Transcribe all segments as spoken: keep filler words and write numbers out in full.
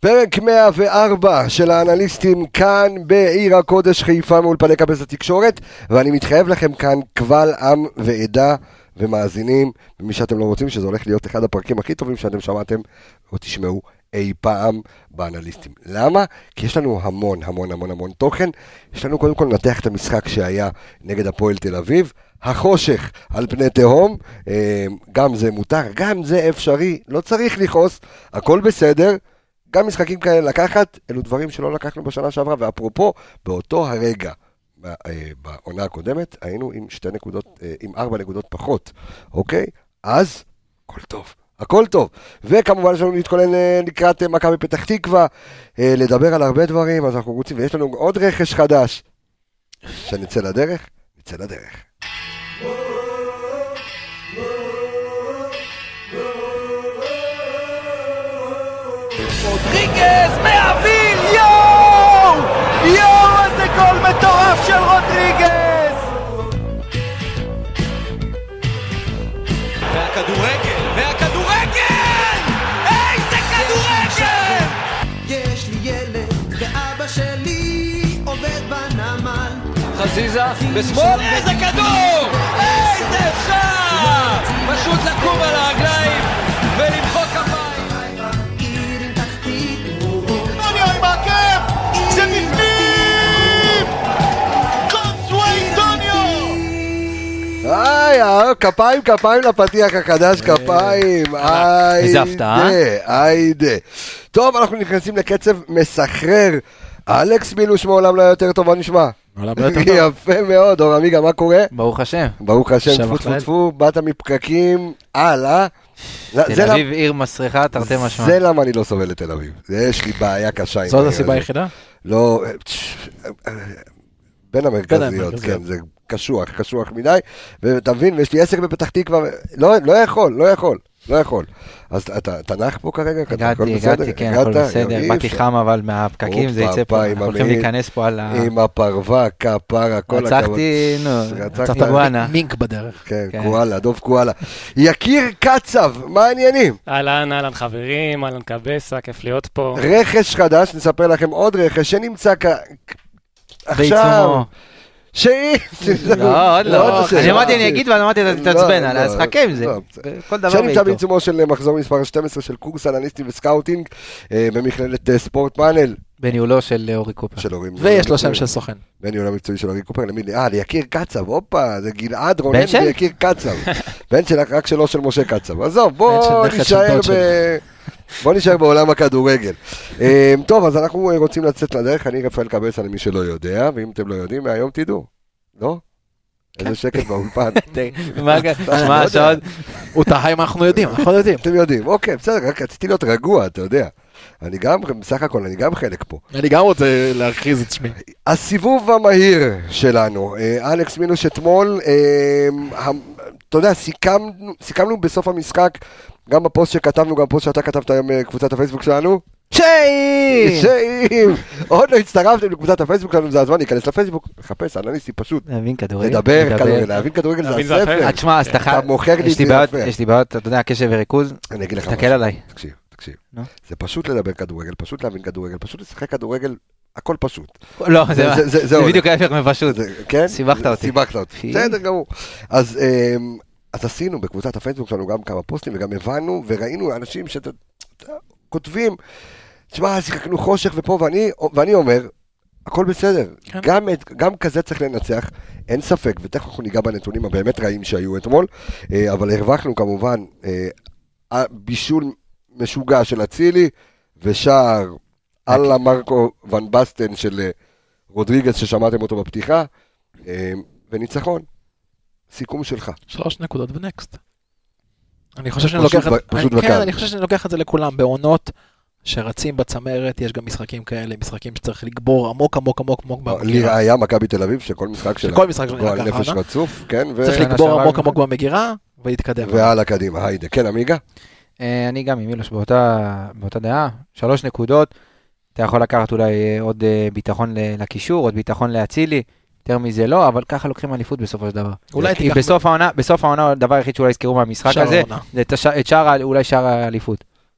פרק מאה וארבע של האנליסטים כאן בעיר הקודש חיפה מאולפני קבס התקשורת, ואני מתחייב לכם כאן קבל עם ועדה ומאזינים, ומי שאתם לא רוצים שזה הולך להיות אחד הפרקים הכי טובים שאתם שמעתם או תשמעו אי פעם באנליסטים. למה? כי יש לנו המון המון המון המון תוכן. יש לנו קודם כל לנתח את המשחק שהיה נגד הפועל תל אביב, החושך על פני תהום, גם זה מותר, גם זה אפשרי, לא צריך לכעוס, הכל בסדר. גם משחקים כאלה לקחת, אלו דברים שלא לקחנו בשנה שעברה, ואפרופו, באותו הרגע, בעונה הקודמת, היינו עם שתי נקודות, עם ארבע נקודות פחות, אוקיי? אז, הכל טוב, הכל טוב. וכמובן, יש לנו להתכונן לקראת מכבי פתח תקווה, לדבר על הרבה דברים, אז אנחנו רוצים, ויש לנו עוד רכש חדש, שנצא לדרך, נצא לדרך. רודריגז מהוויל, יואו! יואו, איזה גול מטורף של רודריגז! והכדורגל, והכדורגל! איזה כדורגל! יש לי ילד ואבא שלי עובד בנמל. חזיזה בשמאל, איזה כדור! איזה אפשר! פשוט לקום על הרגליים ולמחוא כפיים. איי, כפיים, כפיים לפתיח החדש, כפיים, איזה הפתעה. היידה. טוב, אנחנו נכנסים לקצב מסחרר. אלכס מילוש מעולם לא יותר טוב, מה נשמע? מעולם לא יותר טוב. יפה מאוד, אור עמיגה, מה קורה? ברוך השם. ברוך השם, תפו תפו תפו, באת מפקקים, הלאה. תל אביב עיר מסריחה, תרתי משמע. זה למה אני לא סובל את תל אביב. יש לי בעיה קשה. זאת הסיבה היחידה? לא, בין המרכזיות, כן, זה קשוח, קשוח מדי, ואתה מבין, ויש לי עסק בפתח תקווה, לא, לא יכול, לא יכול, לא יכול. אז אתה תנח פה כרגע? הגעתי, הגעתי, כן, הכל בסדר, באתי חם אבל מהפקקים, זה יצא פה, אנחנו הולכים להיכנס פה על ה... עם הפרווה, כפרה, כל הכבוד. רצחתי, נו, טטגואנה. מינק בדרך. כן, קואלה, דוב קואלה. יקיר קצב, מה העניינים? אהלן, אהלן חברים, אהלן קבסה, כיף להיות פה. רכש חדש, נספר לכם עוד רכש שנמצא כ... בעיצומו. שהיא... לא, עוד לא. אני אמרתי, אני אגיד ואני אמרתי, אתה תתעצבן, אז חכה עם זה. כל דבר שנמצא בעיצומו של מחזור מספר שתים עשרה של קורס אנליסטים וסקאוטינג במכללת ספורט פאנל. בניהולו של אורי קופר. ויש לו שם של סוכן. בניהול המקצועי של אורי קופר. אה, ליקיר קצב, הופה, זה גלעד רונן ויקיר קצב. בן של רק שלו של משה קצב. עזוב, בוא נשאר ב... בוא נשאר בעולם הכדורגל. טוב, אז אנחנו רוצים לצאת לדרך. אני רפאל קבסה למי שלא יודע, ואם אתם לא יודעים, מהיום תדעו. לא? איזה שקט באולפן. מה השעות? הוא תהי מה אנחנו יודעים, אנחנו יודעים. אתם יודעים, אוקיי, בסדר, רק רציתי להיות רגוע, אתה יודע. אני גם, בסך הכל, אני גם חלק פה. אני גם רוצה להרחיז את שמי. הסיבוב המהיר שלנו, אלכס מינוש אתמול, אתה יודע, סיכמנו בסוף המשחק, גם בפוסט שכתבנו, גם פוסט שאתה כתבת היום בקבוצת הפייסבוק שלנו. שאים! שאים! עוד לא הצטרפתם לקבוצת הפייסבוק שלנו, זה הזמן להיכנס לפייסבוק, לחפש, אנליסטי פשוט. להבין כדורגל. לדבר כדורגל, להבין כדורגל זה הספר. תשמע, אז אתה מוכר לי, זה יפה. יש לי בעיות, אתה יודע, קשב וריכוז. אני אגיד לך תסתכל עליי. תקשיב, תקשיב. זה פשוט לדבר כדורגל, פשוט להבין כדורגל, פשוט לשחק כדורגל, הכל פשוט. לא, זה בדיוק ההפך מפשוט. כן? סיבכת אותי. סיבכת אותי. בסדר גמור. אז אז עשינו בקבוצת הפייסבוק שלנו גם כמה פוסטים, וגם הבנו וראינו אנשים שכותבים, תשמע, שיחקנו חושך ופה, ואני, ואני אומר, הכל בסדר. כן. גם, גם כזה צריך לנצח, אין ספק, ותכף אנחנו ניגע בנתונים הבאמת רעים שהיו אתמול, אבל הרווחנו כמובן בישול משוגע של אצילי, ושער אללה מרקו ון בסטן של רודריגז ששמעתם אותו בפתיחה, וניצחון. סיכום שלך. שלוש נקודות ונקסט. אני חושב שאני לוקח את זה, כן, אני חושב שאני לוקח את זה לכולם, בעונות שרצים בצמרת, יש גם משחקים כאלה, משחקים שצריך לגבור עמוק עמוק עמוק עמוק במגירה. היה מכבי תל אביב שכל משחק שלה, שכל משחק שלה נפש רצוף, כן, צריך לגבור עמוק עמוק במגירה ולהתקדם. והלאה קדימה, היידה, כן עמיגה? אני גם עם מילוש באותה דעה, שלוש נקודות, אתה יכול לקחת אולי עוד ביטחון לקישור, עוד ביטחון להצילי, יותר מזה לא, אבל ככה לוקחים אליפות בסופו של דבר. אולי תיקח... בסוף העונה, בסוף העונה, הדבר היחיד שאולי יזכרו מהמשחק הזה, זה את שער, אולי שער האליפות.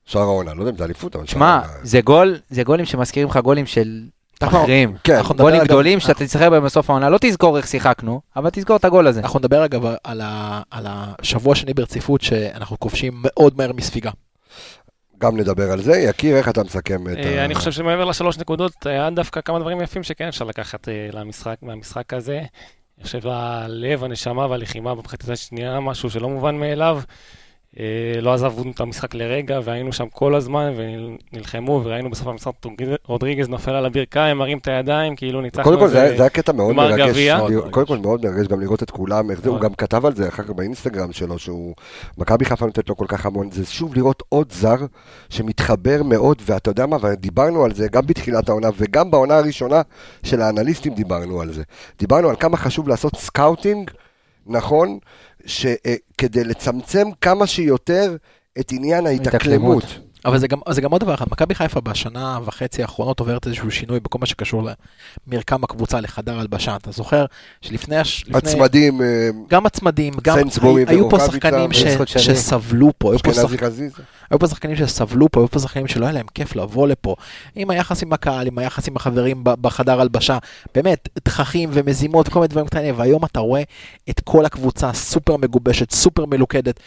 שער העונה, לא יודע אם זה אליפות, אבל... שמע, זה גול, זה גולים שמזכירים לך גולים של אחרים. כן. גולים גדולים שאתה תזכר בהם בסוף העונה, לא תזכור איך שיחקנו, אבל תזכור את הגול הזה. אנחנו נדבר אגב על השבוע שני ברציפות שאנחנו כובשים מאוד מהר מספיגה. גם נדבר על זה. יקיר, איך אתה מסכם את ה... אני חושב שמעבר לשלוש נקודות, היה דווקא כמה דברים יפים שכן אפשר לקחת למשחק, מהמשחק הזה. אני חושב הלב, הנשמה והלחימה במחצית השנייה, משהו שלא מובן מאליו. לא עזבו את המשחק לרגע, והיינו שם כל הזמן, ונלחמו, וראינו בסוף המשחק רודריגז נופל על הברכיים, מרים את הידיים, כאילו ניצחנו. קודם כל, זה היה קטע מאוד מרגש. קודם כל, מאוד מרגש גם לראות את כולם. הוא גם כתב על זה אחר כך באינסטגרם שלו, שהוא מכבי חיפה נותנת לו כל כך המון. זה שוב לראות עוד זר שמתחבר מאוד, ואתה יודע מה, ודיברנו על זה גם בתחילת העונה, וגם בעונה הראשונה של האנליסטים דיברנו על זה. דיברנו על כמה חשוב לעשות סקאוטינג, נכון, שכדי לצמצם כמה שיותר את עניין ההתאקלמות. אבל זה גם, זה גם עוד דבר אחד, מכבי חיפה בשנה וחצי האחרונות עוברת איזשהו שינוי בכל מה שקשור למרקם הקבוצה לחדר הלבשה. אתה זוכר שלפני... הצמדים... גם הצמדים, גם... היו פה שחקנים שסבלו פה. היו פה שחקנים שסבלו פה, היו פה שחקנים שלא היה להם כיף לבוא לפה. עם היחס עם הקהל, עם היחס עם החברים בחדר הלבשה. באמת, דחכים ומזימות וכל מיני דברים קטנים. והיום אתה רואה את כל הקבוצה סופר מגובשת, סופר מלוכדת.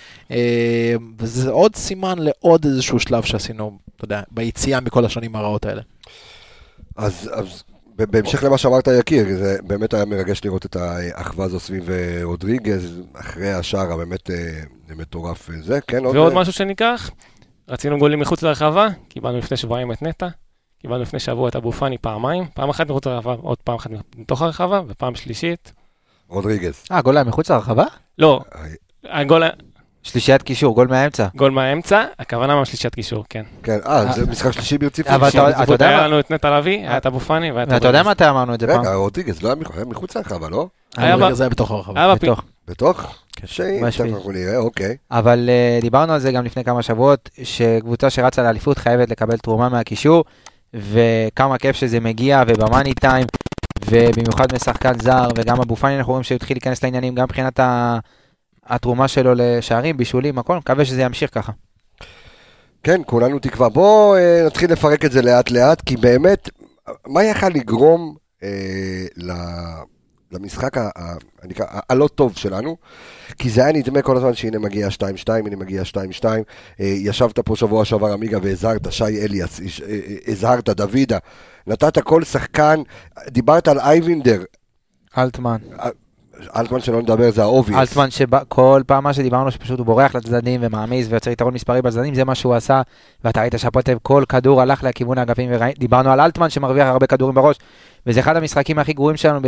וזה עוד סימן לעוד איזשהו שלב שעשינו, אתה יודע, ביציאה מכל השנים הרעות האלה. אז, אז בהמשך למה שאמרת יקיר, זה באמת היה מרגש לראות את האחווה הזו סביב רודריגז, אחרי השער הבאמת מטורף זה, כן? ועוד עוד... משהו שניקח, רצינו גולים מחוץ לרחבה, קיבלנו לפני שבועיים את נטה, קיבלנו לפני שבוע את אבו פאני פעמיים, פעם אחת מחוץ לרחבה, עוד פעם אחת מתוך הרחבה, ופעם שלישית. רודריגז. אה, גול היה מחוץ לרחבה? לא, הגול... שלישיית קישור, גול מהאמצע. גול מהאמצע, הכוונה מה שלישיית קישור, כן. כן, אה, זה משחק שלישי ברציפות. אבל אתה יודע מה? היה לנו את נטע לביא, היה את אבו פאני, והיה את... אתה יודע מה אתה אמרנו את זה פעם? רגע, רודריגז לא היה מחוץ לרחבה, לא? זה היה בתוך הרחבה. היה בתוך. בתוך? שיי, אנחנו נראה, אוקיי. אבל דיברנו על זה גם לפני כמה שבועות, שקבוצה שרצה לאליפות חייבת לקבל תרומה מהקישור, וכמה כיף שזה מגיע, ובמאני טיים, ובמיוחד משחקן זר, וגם אבו פאני אנחנו רואים שהוא התחיל להיכנס לעניינים, גם מבחינת התרומה שלו לשערים, בישולים, הכל, מקווה שזה ימשיך ככה. כן, כולנו תקווה. בואו אה, נתחיל לפרק את זה לאט לאט, כי באמת, מה יכל לגרום אה, למשחק ה- ה- ה- הלא טוב שלנו? כי זה היה נדמה כל הזמן שהנה מגיע שתיים שתיים, הנה מגיע שתיים שתיים. אה, ישבת פה שבוע שעבר עמיגה והזהרת, שי אליאס, הזהרת דוידה, נתת כל שחקן, דיברת על אייבינדר. אלטמן. אלטמן שלא נדבר, זה האוביוס. אלטמן שכל פעם מה שדיברנו שפשוט הוא בורח לצדדים ומעמיס ויוצר יתרון מספרי בצדדים, זה מה שהוא עשה, ואתה ראית שהפועל כל כדור הלך לכיוון האגפים, ודיברנו על אלטמן שמרוויח הרבה כדורים בראש, וזה אחד המשחקים הכי גרועים שלנו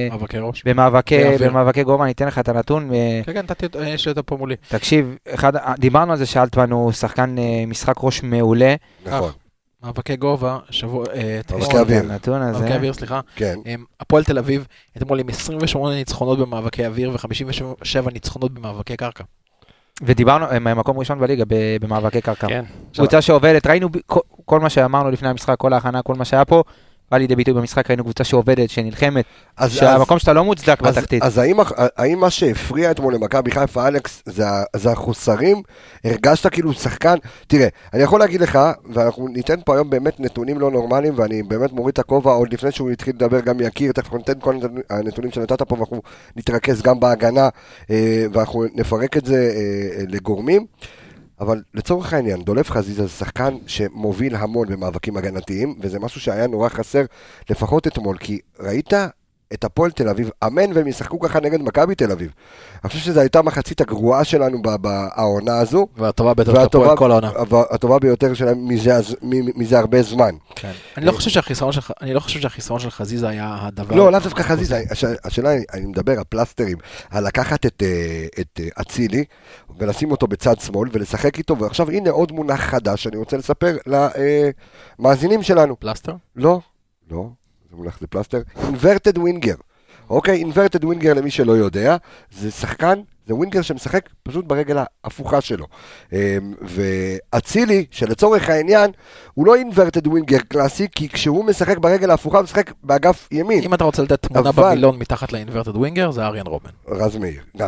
במאבקי גובה. אני אתן לך את הנתון. כן, כן, יש לי אותו פה מולי. תקשיב, דיברנו על זה שאלטמן הוא שחקן משחק ראש מעולה. נכון. מאבקי גובה, שבוע... מאבקי אוויר. מאבקי אוויר, סליחה. כן. הפועל תל אביב, אתמול עם עשרים ושמונה ניצחונות במאבקי אוויר ו-חמישים ושבע ניצחונות במאבקי קרקע. ודיברנו, הם מקום ראשון בליגה במאבקי קרקע. כן. קבוצה שעובדת, ראינו כל מה שאמרנו לפני המשחק, כל ההכנה, כל מה שהיה פה, בא לידי ביטוי במשחק, ראינו קבוצה שעובדת, שנלחמת, שהמקום שאתה לא מוצדק בתחתית. אז האם מה שהפריע אתמול למכבי חיפה, אלכס, זה החוסרים? הרגשת כאילו שחקן? תראה, אני יכול להגיד לך, ואנחנו ניתן פה היום באמת נתונים לא נורמליים, ואני באמת מוריד את הכובע, עוד לפני שהוא התחיל לדבר, גם יכיר, תכף ניתן כל הנתונים שנתת פה, ואנחנו נתרכז גם בהגנה, ואנחנו נפרק את זה לגורמים. אבל לצורך העניין, דולף חזיזה זה שחקן שמוביל המון במאבקים הגנתיים, וזה משהו שהיה נורא חסר לפחות אתמול, כי ראית את הפועל תל אביב, אמן והם ישחקו ככה נגד מכבי תל אביב. אני חושב שזו הייתה מחצית הגרועה שלנו בעונה הזו. והטובה ביותר של הפועל כל העונה. הטובה ביותר שלהם מזה הרבה זמן. אני לא חושב שהחיסרון של חזיזה היה הדבר... לא, לא דווקא חזיזה. השאלה, אני מדבר על פלסטרים, על לקחת את אצילי, ולשים אותו בצד שמאל, ולשחק איתו, ועכשיו הנה עוד מונח חדש, שאני רוצה לספר למאזינים שלנו. פלסטר? לא, לא. זה מולך, זה פלסטר, inverted winger, אוקיי, inverted winger למי שלא יודע, זה שחקן, זה ווינגר שמשחק פשוט ברגל ההפוכה שלו, ואצילי, שלצורך העניין, הוא לא inverted winger קלאסי, כי כשהוא משחק ברגל ההפוכה, הוא משחק באגף ימין. אם אתה רוצה לתת תמונה בבילון מתחת ל-inverted winger, זה אריאן רובן. רז מאיר, גם.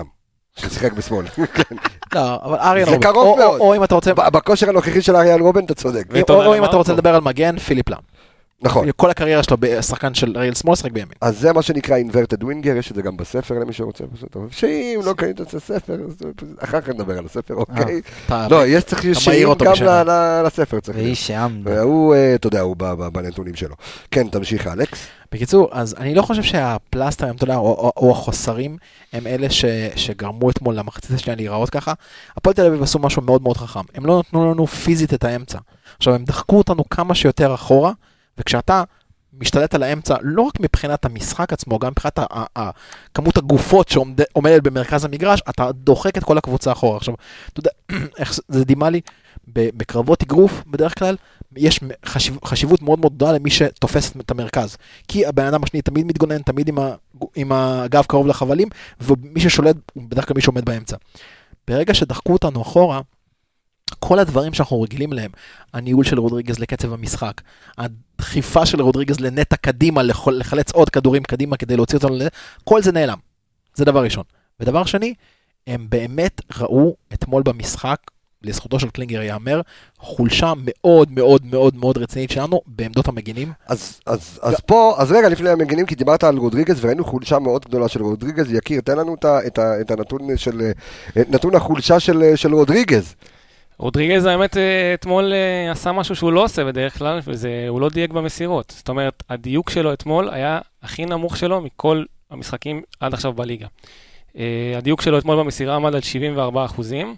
ששיחק בשמאל. לא, אבל אריאן רובן. זה קרוב מאוד. או אם אתה רוצה... בכושר הנוכחי של אריאן רובן, אתה צודק. או אם אתה רוצה לדבר על מגן, פיליפ לאם. נכון. כל הקריירה שלו בשחקן של רגל שמאל, שחק בימין. אז זה מה שנקרא inverted winger, יש את זה גם בספר למי שרוצה. שאם לא קנית את הספר, אחר כך נדבר על הספר, אוקיי? לא, יש צריך שירים גם לספר. ואיש שעם. והוא, אתה יודע, הוא בנתונים שלו. כן, תמשיך, אלכס. בקיצור, אז אני לא חושב שהפלסטר, אתה יודע, או החוסרים, הם אלה שגרמו אתמול למחצית השנייה להיראות ככה. הפועל תל אביב עשו משהו מאוד מאוד חכם. הם לא נתנו לנו פיזית את האמצע. עכשיו, הם דחקו אותנו כמה שיותר אחורה, וכשאתה משתלט על האמצע, לא רק מבחינת המשחק עצמו, גם מבחינת כמות הגופות שעומדת במרכז המגרש, אתה דוחק את כל הקבוצה אחורה. עכשיו, אתה יודע, איך זה דימה לי, בקרבות אגרוף, בדרך כלל, יש חשיב, חשיבות מאוד מאוד גדולה למי שתופס את המרכז. כי הבן אדם השני תמיד מתגונן, תמיד עם, ה, עם הגב קרוב לחבלים, ומי ששולט הוא בדרך כלל מי שעומד באמצע. ברגע שדחקו אותנו אחורה, כל הדברים שאנחנו רגילים להם, הניהול של רודריגז לקצב המשחק, הדחיפה של רודריגז לנטה קדימה, לחלץ עוד כדורים קדימה כדי להוציא אותנו לנטה, כל זה נעלם. זה דבר ראשון. ודבר שני, הם באמת ראו אתמול במשחק, לזכותו של קלינגר יאמר, חולשה מאוד מאוד מאוד מאוד רצינית שלנו בעמדות המגינים. אז, אז, אז פה, אז רגע לפני המגינים, כי דיברת על רודריגז, וראינו חולשה מאוד גדולה של רודריגז, יקיר, תן לנו את, את, את הנתון של, נתון החולשה של, של רודריגז. רודריגז האמת אתמול עשה משהו שהוא לא עושה בדרך כלל, והוא לא דייק במסירות. זאת אומרת, הדיוק שלו אתמול היה הכי נמוך שלו מכל המשחקים עד עכשיו בליגה. הדיוק שלו אתמול במסירה עמד על שבעים וארבעה אחוזים,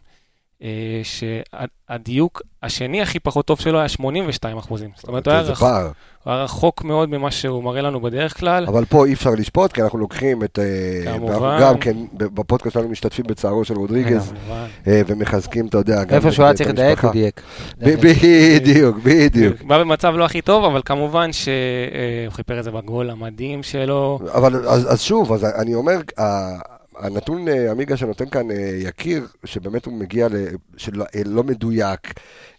שהדיוק השני הכי פחות טוב שלו היה שמונים ושתיים אחוזים. זאת אומרת, הוא היה רחוק מאוד ממה שהוא מראה לנו בדרך כלל. אבל פה אי אפשר לשפוט, כי אנחנו לוקחים את... כמובן. גם כן, בפודקאסט שלנו משתתפים בצערו של רודריגז, ומחזקים, אתה יודע, גם... איפה שהוא היה צריך לדייק, הוא דייק. בדיוק, בדיוק. בא במצב לא הכי טוב, אבל כמובן שהוא חיפר את זה בגול המדהים שלו. אבל אז שוב, אז אני אומר... הנתון אמיגה שנותן כאן יקיר, שבאמת הוא מגיע לא מדויק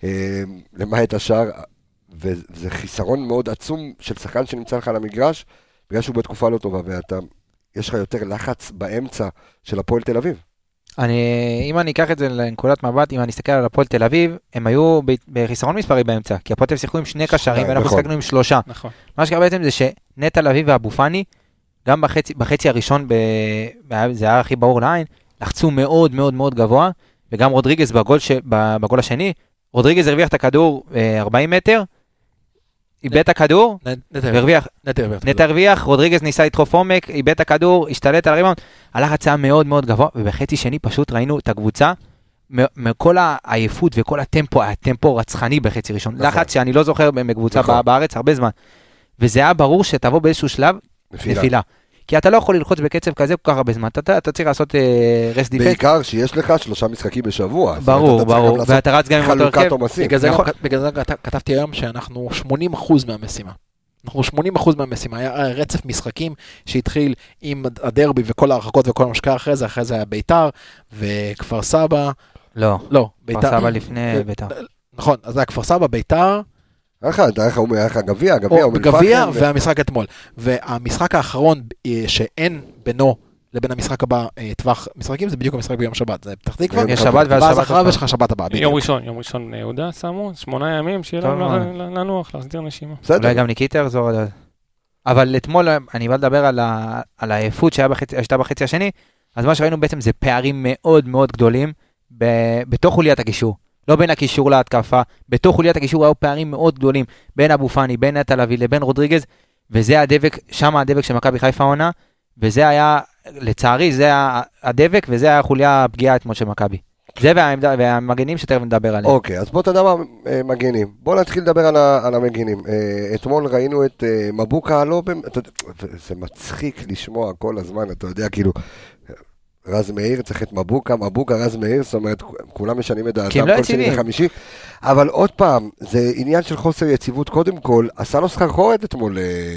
למעט השאר, וזה חיסרון מאוד עצום של שחקן שנמצא לך על המגרש, בגלל שהוא בתקופה לא טובה, ואתה, יש לך יותר לחץ באמצע של הפועל תל אביב. אני, אם אני אקח את זה לנקודת מבט, אם אני אסתכל על הפועל תל אביב, הם היו בחיסרון מספרי באמצע, כי הפועל תל אביב שיחקו עם שני קשרים, ואנחנו שיחקנו עם שלושה. מה שקרה בעצם זה שנטע לביא ואבו פאני, גם בחצי, בחצי הראשון, ב... זה היה הכי ברור לעין, לחצו מאוד מאוד מאוד גבוה, וגם רודריגז בגול, ש... בגול השני, רודריגז הרוויח את הכדור ארבעים מטר, איבד את הכדור, והרוויח, נטע הרוויח, רודריגז ניסה לדחוף עומק, איבד את הכדור, השתלט על הריבאונד, הלחץ היה מאוד מאוד גבוה, ובחצי שני פשוט ראינו את הקבוצה, מכל העייפות וכל הטמפו, הטמפו רצחני בחצי ראשון, לחץ שאני לא זוכר בקבוצה בארץ הרבה זמן, וזה היה ברור שתבוא באיזשהו שלב, נפילה. כי אתה לא יכול ללחוץ בקצב כזה כל כך הרבה זמן, אתה, אתה צריך לעשות רסט דיפקט. בעיקר שיש לך שלושה משחקים בשבוע. ברור, ברור, ואתה רץ גם עם אותו הרכב. בגלל זה כתבתי היום שאנחנו שמונים אחוז מהמשימה. אנחנו שמונים אחוז מהמשימה, היה רצף משחקים שהתחיל עם הדרבי וכל ההרחקות וכל המשקע אחרי זה, אחרי זה היה ביתר וכפר סבא. לא, לא, כפר סבא לפני ביתר. נכון, אז זה היה כפר סבא, ביתר, היה לך גביע, גביע, גביע והמשחק אתמול. והמשחק האחרון שאין בינו לבין המשחק הבא טווח משחקים, זה בדיוק המשחק ביום שבת. זה פתח תקווה. יש שבת ואז שבת אחריו יש לך שבת הבאה. יום ראשון, יום ראשון יהודה שמו, שמונה ימים, שיהיה לנו לנוח, להסדיר נשימה. אולי גם ניקיטה יחזור. אבל אתמול אני בא לדבר על העייפות שהייתה בחצי השני, אז מה שראינו בעצם זה פערים מאוד מאוד גדולים בתוך חוליית הקישור. לא בין הקישור להתקפה, בתוך חוליית הקישור היו פערים מאוד גדולים, בין אבו פאני, בין נטע לביא, לבין רודריגז, וזה הדבק, שם הדבק של מכבי חיפה עונה, וזה היה, לצערי, זה הדבק, וזה היה חוליה הפגיעה אתמול של מכבי. זה והעמדה, והמגנים שתכף נדבר עליהם. אוקיי, אז בוא תדע מה מגנים. בוא נתחיל לדבר על, על המגנים. אתמול ראינו את מבוקה, לא, זה מצחיק לשמוע כל הזמן, אתה יודע, כאילו, רז מאיר, צריך את מבוקה, מבוקה, רז מאיר, זאת אומרת, כולם משנים את דעתם כל שני וחמישי, אבל עוד פעם, זה עניין של חוסר יציבות, קודם כל, עשה לו סחרחורת אתמול,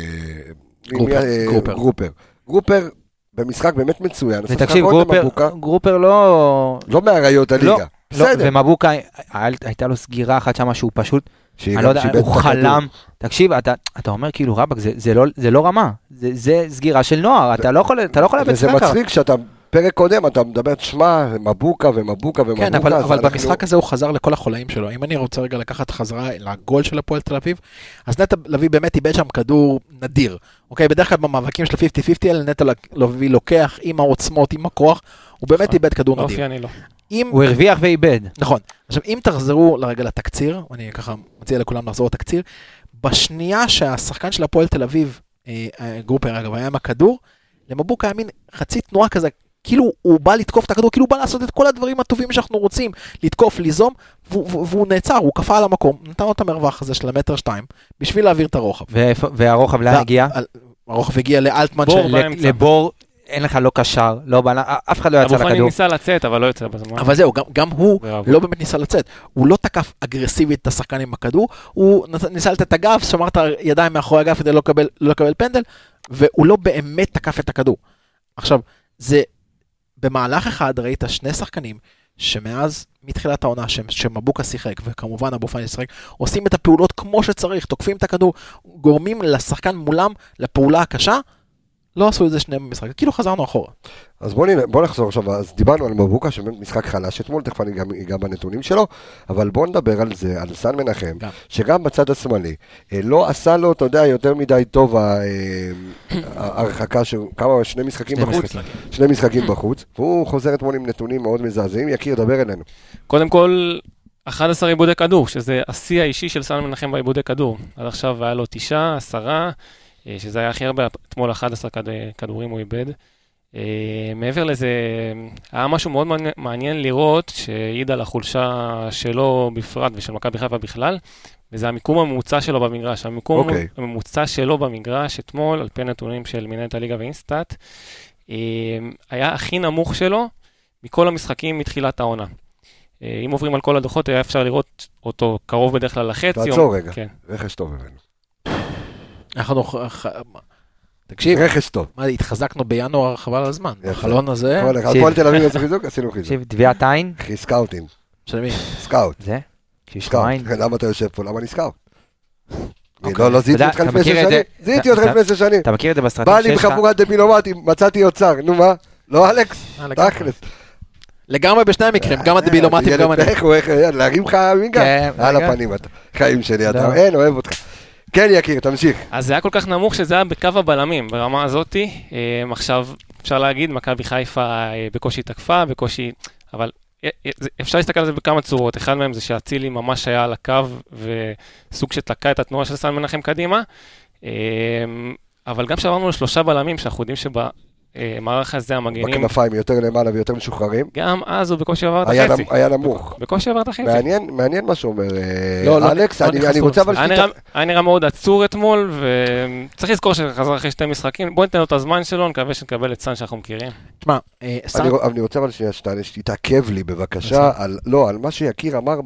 גרופר. גרופר. גרופר, במשחק באמת מצוין, ותקשיב, גרופר לא... לא מהראיות הליגה. בסדר. ומבוקה, הייתה לו סגירה אחת שמה שהוא פשוט, אני לא יודע, הוא חלם, תקשיב, אתה אומר כאילו רבק, זה לא רמה, זה סגירה של נוער, אתה לא יכול להביא צחקה. וזה מצחיק שאתה פרק קודם, אתה מדבר, תשמע, מבוקה ומבוקה ומבוקה. כן, אבל, אבל אנחנו... במשחק הזה הוא חזר לכל החולאים שלו. אם אני רוצה רגע לקחת חזרה לגול של הפועל תל אביב, אז נטע לביא באמת איבד שם כדור נדיר. אוקיי, בדרך כלל במאבקים של חמישים חמישים האלה, נטע לביא לוקח עם העוצמות, עם הכוח, הוא באמת איבד כדור נדיר. אופי, אני לא. אם... הוא הרוויח ואיבד. נכון. עכשיו, אם תחזרו לרגע לתקציר, אני ככה מציע לכולם לחזור לתקציר, בשנייה שהשחקן של הפועל תל אביב, גרופר אגב, היה עם הכדור, למבוקה היה מין חצי תנועה כזה, כאילו הוא בא לתקוף את הכדור, כאילו הוא בא לעשות את כל הדברים הטובים שאנחנו רוצים, לתקוף, ליזום, והוא נעצר, הוא קפא על המקום, נתן לו את המרווח הזה של המטר שתיים, בשביל להעביר את הרוחב. והרוחב לאן הגיע? הרוחב הגיע לאלטמן, לבור, אין לך לא קשר, לא בא, אף אחד לא יצא לכדור. אבו פאני ניסה לצאת, אבל לא יצא בזמן. אבל זהו, גם הוא לא באמת ניסה לצאת, הוא לא תקף אגרסיבית את השחקן עם הכדור, הוא ניסה לתת את הגב, שמר את הידיים מאחורי הגב כדי לא לקבל פנדל, והוא לא באמת תקף את הכדור. עכשיו, זה במהלך אחד ראית שני שחקנים שמאז מתחילת העונה שמבוקה שיחק וכמובן אבו פאני שיחק, עושים את הפעולות כמו שצריך, תוקפים את הכדור, גורמים לשחקן מולם לפעולה הקשה, לא עשו את זה שני במשחק, כאילו חזרנו אחורה. אז בוא, בוא נחזור עכשיו, אז דיברנו על מבוקה שמשחק חלש אתמול, תכף אני גם אגע בנתונים שלו, אבל בוא נדבר על זה, על סן מנחם, גם. שגם בצד השמאלי, לא עשה לו, אתה יודע, יותר מדי טוב ההרחקה של כמה, שני משחקים שני בחוץ, משחקים. שני משחקים בחוץ, והוא חוזר אתמול עם נתונים מאוד מזעזעים, יקיר, דבר אלינו. קודם כל, אחד עשר עיבודי כדור, שזה השיא האישי של סן מנחם בעיבודי כדור, עד עכשיו היה לו תשעה, עשרה, שזה היה הכי הרבה, אתמול אחד עשר כדורים הוא איבד. מעבר לזה, היה משהו מאוד מעניין לראות, שהעיד על החולשה שלו בפרט ושל מכבי חיפה בכלל, וזה המיקום הממוצע שלו במגרש. המיקום okay. הממוצע שלו במגרש, אתמול, על פי נתונים של מנהלת הליגה ואינסטאט, היה הכי נמוך שלו מכל המשחקים מתחילת העונה. אם עוברים על כל הדוחות, היה אפשר לראות אותו קרוב בדרך כלל לחצי. תעצור רגע, כן. רכש טוב הבנו. אנחנו, תקשיב, רכש טוב. מה, התחזקנו בינואר חבל על הזמן. החלון הזה... כל תל אביב יצא חיזוק, עשינו חיזוק. תקשיב, תביעת עין. אחי, סקאוטים. של מי? סקאוט. זה? סקאוט. למה אתה יושב פה? למה אני סקאוט? לא זיהיתי אותך לפני שש שנים. זיהיתי אותך לפני שש שנים. אתה מכיר את זה בסטרטים שיש לך? בא לי בחבורת דבילומטים, מצאתי אוצר. נו מה? לא אלכס? תכלס. לגמרי בשני המקרים, גם הדבילומטים, גם אני. להרים לך מינגה? על הפנים אתה. חיים שלי, אתה אין, אוהב אותך. כן, יקיר, תמשיך. אז זה היה כל כך נמוך שזה היה בקו הבלמים, ברמה הזאת. עכשיו, אפשר להגיד, מכבי חיפה בקושי תקפה, בקושי... אבל אפשר להסתכל על זה בכמה צורות. אחד מהם זה שהצילי ממש היה על הקו, וסוג שתקע את התנועה של סן מנחם קדימה. אבל גם שעברנו לשלושה בלמים, שאנחנו יודעים שבה... מערך הזה המגנים... בכנפיים יותר למעלה ויותר משוחררים. גם אז הוא בקושי עבר את החצי. היה נמוך. בקושי עבר את החצי. מעניין מה שאומר אלכס, אני רוצה... היה נראה מאוד עצור אתמול, וצריך לזכור שחזר אחרי שתי משחקים. בוא ניתן לו את הזמן שלו, נקווה שנקבל את סן שאנחנו מכירים. תשמע, סן... אני רוצה אבל שנייה שתיים, שתתעכב לי בבקשה, לא, על מה שיקיר אמר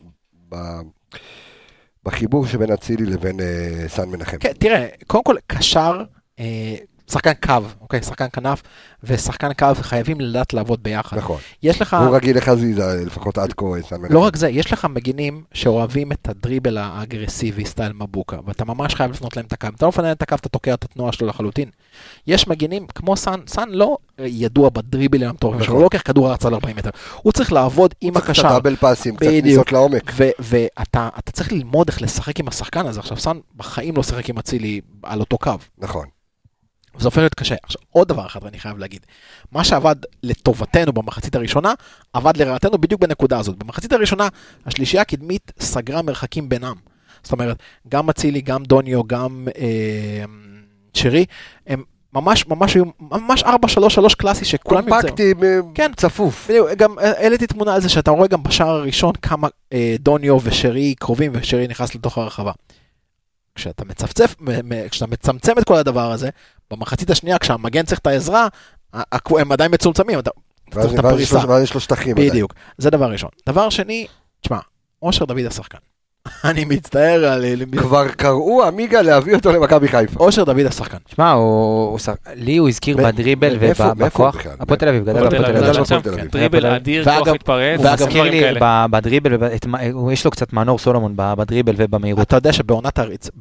בחיבור שבין אצילי לבין סן מנחם. תראה, קודם כל, קשר... שחקן קו, אוקיי, שחקן כנף, ושחקן קו חייבים לדעת לעבוד ביחד. נכון. יש לך... הוא רגיל לחזיזה, לפחות עד כה. לא רק זה, יש לך מגינים שאוהבים את הדריבל האגרסיבי, סטייל מבוקה, ואתה ממש חייב לפנות להם את הקו. אתה לא מפנה את הקו, אתה תוקע את התנועה שלו לחלוטין. יש מגינים, כמו סן, סן לא ידוע בדריבלים המטורפים שלו, הוא לא לוקח כדור ארצה ל-ארבעים מטר. הוא צריך לעבוד עם הקשר. צריך לדאבל פסים, קצת כניסות לעומק. ואתה צריך ללמוד איך לשחק עם השחקן הזה. עכשיו, סן בחיים לא שחק עם אצילי על אותו קו. נכון. וזה הופך להיות קשה. עכשיו, עוד דבר אחד אני חייב להגיד. מה שעבד לטובתנו במחצית הראשונה, עבד לרעתנו בדיוק בנקודה הזאת. במחצית הראשונה, השלישייה הקדמית סגרה מרחקים בינם. זאת אומרת, גם אצילי, גם דוניו, גם אה, שרי, הם ממש, ממש היו, ממש ארבע שלוש שלוש קלאסי שכולם יוצאים. קומפקטי, כן, צפוף. גם העליתי תמונה על זה שאתה רואה גם בשער הראשון כמה אה, דוניו ושרי קרובים, ושרי נכנס לתוך הרחבה. כשאתה מצפצף, כשאתה מצמצם את כל הדבר הזה, במחצית השנייה, כשהמגן צריך את העזרה, הם עדיין מצומצמים, אתה צריך את הפריסה. ואז יש לו שטחים עדיין. בדיוק, זה דבר ראשון. דבר שני, תשמע, אושר דוד השחקן. אני מצטער על... כבר קראו עמיגה להביא אותו למכבי חיפה. אושר דוד השחקן. תשמע, לי הוא הזכיר בדריבל ובכוח. הפועל תל אביב, גדל בפועל תל אביב. דריבל אדיר, כוח מתפרץ. הוא מזכיר לי בדריבל, יש לו קצת מנור סולומון בדריבל ובמהירות. אתה יודע שבעונת הריץ,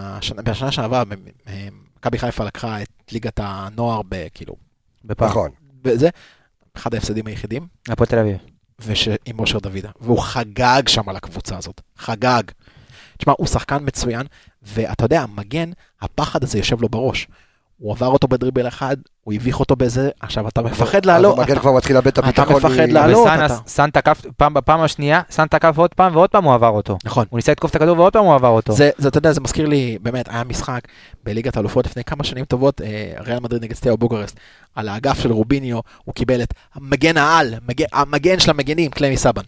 בשנה שעברה, מכבי חיפה לקחה את ליגת הנוער בכאילו... נכון. וזה, אחד ההפסדים היחידים. הפועל תל אביב. ועם אושר דוידה, והוא חגג שם על הקבוצה הזאת, חגג. תשמע, הוא שחקן מצוין, ואתה יודע, המגן, הפחד הזה יושב לו בראש. הוא עבר אותו בדריבל אחד, הוא הביך אותו בזה, עכשיו אתה מפחד לעלות. המגן כבר מתחיל לאבד את הביטחון. אתה מפחד לעלות. סן תקף פעם בפעם השנייה, סן תקף עוד פעם ועוד פעם הוא עבר אותו. נכון. הוא ניסה לתקוף את הכדור ועוד פעם הוא עבר אותו. זה, אתה יודע, זה מזכיר לי, באמת, היה משחק בליגת האלופות לפני כמה שנים טובות, ריאל מדריד נגד סטאו בוקרשט, על האגף של רוביניו, הוא קיבל את המגן העל, המגן של המגנים, קלמי סבן.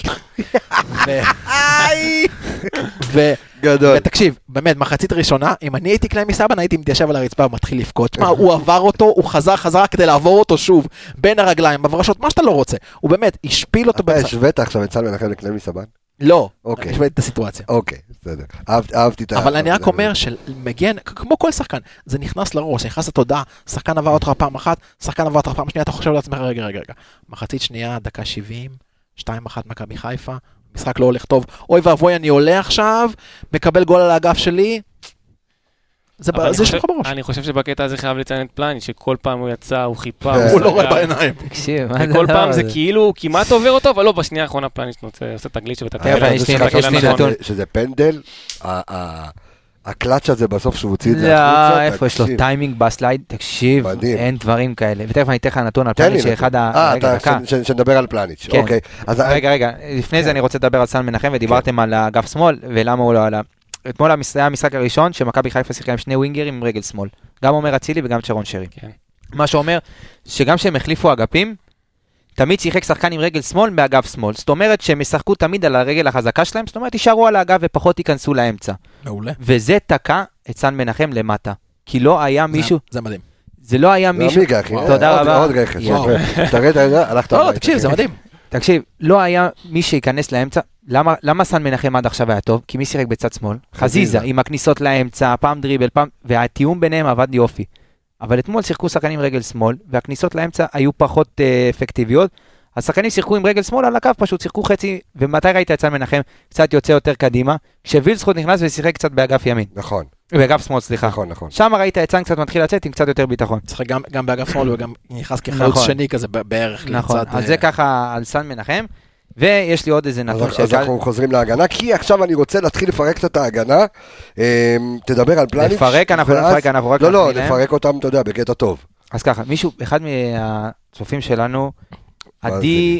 ותקשיב, באמת, מחצית ראשונה, אם אני הייתי קלמי סבן, הייתי מתיישב על הרצפה ומתחיל לבכות. מה, הוא עבר אותו, הוא חזר חזרה כדי לעבור אותו שוב, בין הרגליים, בברשות, מה שאתה לא רוצה. הוא באמת השפיל אותו. אתה השווית עכשיו את סל מנחם לקלמי סבן? לא, אני השווית את הסיטואציה. אוקיי, בסדר. אהבתי את ה... אבל אני רק אומר שמגן, כמו כל שחקן, זה נכנס לראש, נכנס לתודעה, שחקן עבר אותך פעם אחת, שחקן עבר אותך פעם שנייה, אתה חושב לעצמך, רגע, רגע, רגע. מחצית שנייה, דקה שבעים, שתיים אחת מכבי חיפה, משחק לא הולך טוב, אוי ואבוי, אני עולה עכשיו, מקבל גול על האגף שלי, זה שלך בראש. אני חושב שבקטע הזה חייב לציין את פלני, שכל פעם הוא יצא, הוא חיפה, הוא לא רואה בעיניים. כל פעם זה כאילו כמעט עובר אותו, אבל לא, בשנייה האחרונה פלני עושה את הגליץ' ותקליט. שזה פנדל, הקלאץ' הזה בסוף שהוא הוציא את זה החוצה. לא, איפה יש לו טיימינג בסלייד, תקשיב, אין דברים כאלה. ותכף אני אתן לך נתון על פלניץ' שאחד ה... אה, שנדבר על פלניץ', אוקיי. רגע, רגע, לפני זה אני רוצה לדבר על סן מנחם, ודיברתם על אגף שמאל, ולמה הוא לא עלה. אתמול היה המשחק הראשון שמכבי חיפה שיחקה עם שני ווינגרים עם רגל שמאל. גם עומר אצילי וגם צ'רון שרי. מה שאומר שגם שהם החליפו אגפים, תמיד שיחק שחקן עם רגל שמאל באגף שמאל. זאת אומרת שהם ישחקו תמיד על הרגל החזקה שלהם, זאת אומרת יישארו על האגף ופחות ייכנסו לאמצע. מעולה. וזה תקע את סן מנחם למטה. כי לא היה מישהו... זה מדהים. זה לא היה מישהו... זה עמיגה, אחי. תודה רבה. עוד רכש. תרד, הלכת... לא, תקשיב, זה מדהים. תקשיב, לא היה מי שיכנס לאמצע. למה, למה סן מנחם עד עכשיו היה טוב? כי מי שיחק בצד שמאל? חזיזה, עם הכניסות לאמצע, פעם דריבל, פעם... והתיאום ביניהם עבד יופי. אבל אתמול שיחקו שחקנים עם רגל שמאל, והכניסות לאמצע היו פחות אה, אפקטיביות. השחקנים שיחקו עם רגל שמאל על הקו, פשוט שיחקו חצי, ומתי ראית את סן מנחם קצת יוצא יותר קדימה? כשווילסחוט נכנס ושיחק קצת באגף ימין. נכון. באגף שמאל, סליחה. נכון, נכון. שם ראית את סן קצת מתחיל לצאת עם קצת יותר ביטחון. צריך גם, גם באגף שמאל וגם נכנס כחלוץ שני כזה בערך. נכון, לצד, אז זה ככה על סן מנחם. ויש לי עוד איזה נתון אז, אז אנחנו חוזרים להגנה, כי עכשיו אני רוצה להתחיל לפרק קצת ההגנה, תדבר על פלניץ'. לפרק אנחנו ואז... נפרק, אנחנו רק לא, לא, לפרק אותם, אתה יודע, בקטע טוב. אז ככה, מישהו, אחד מהצופים שלנו, עדי,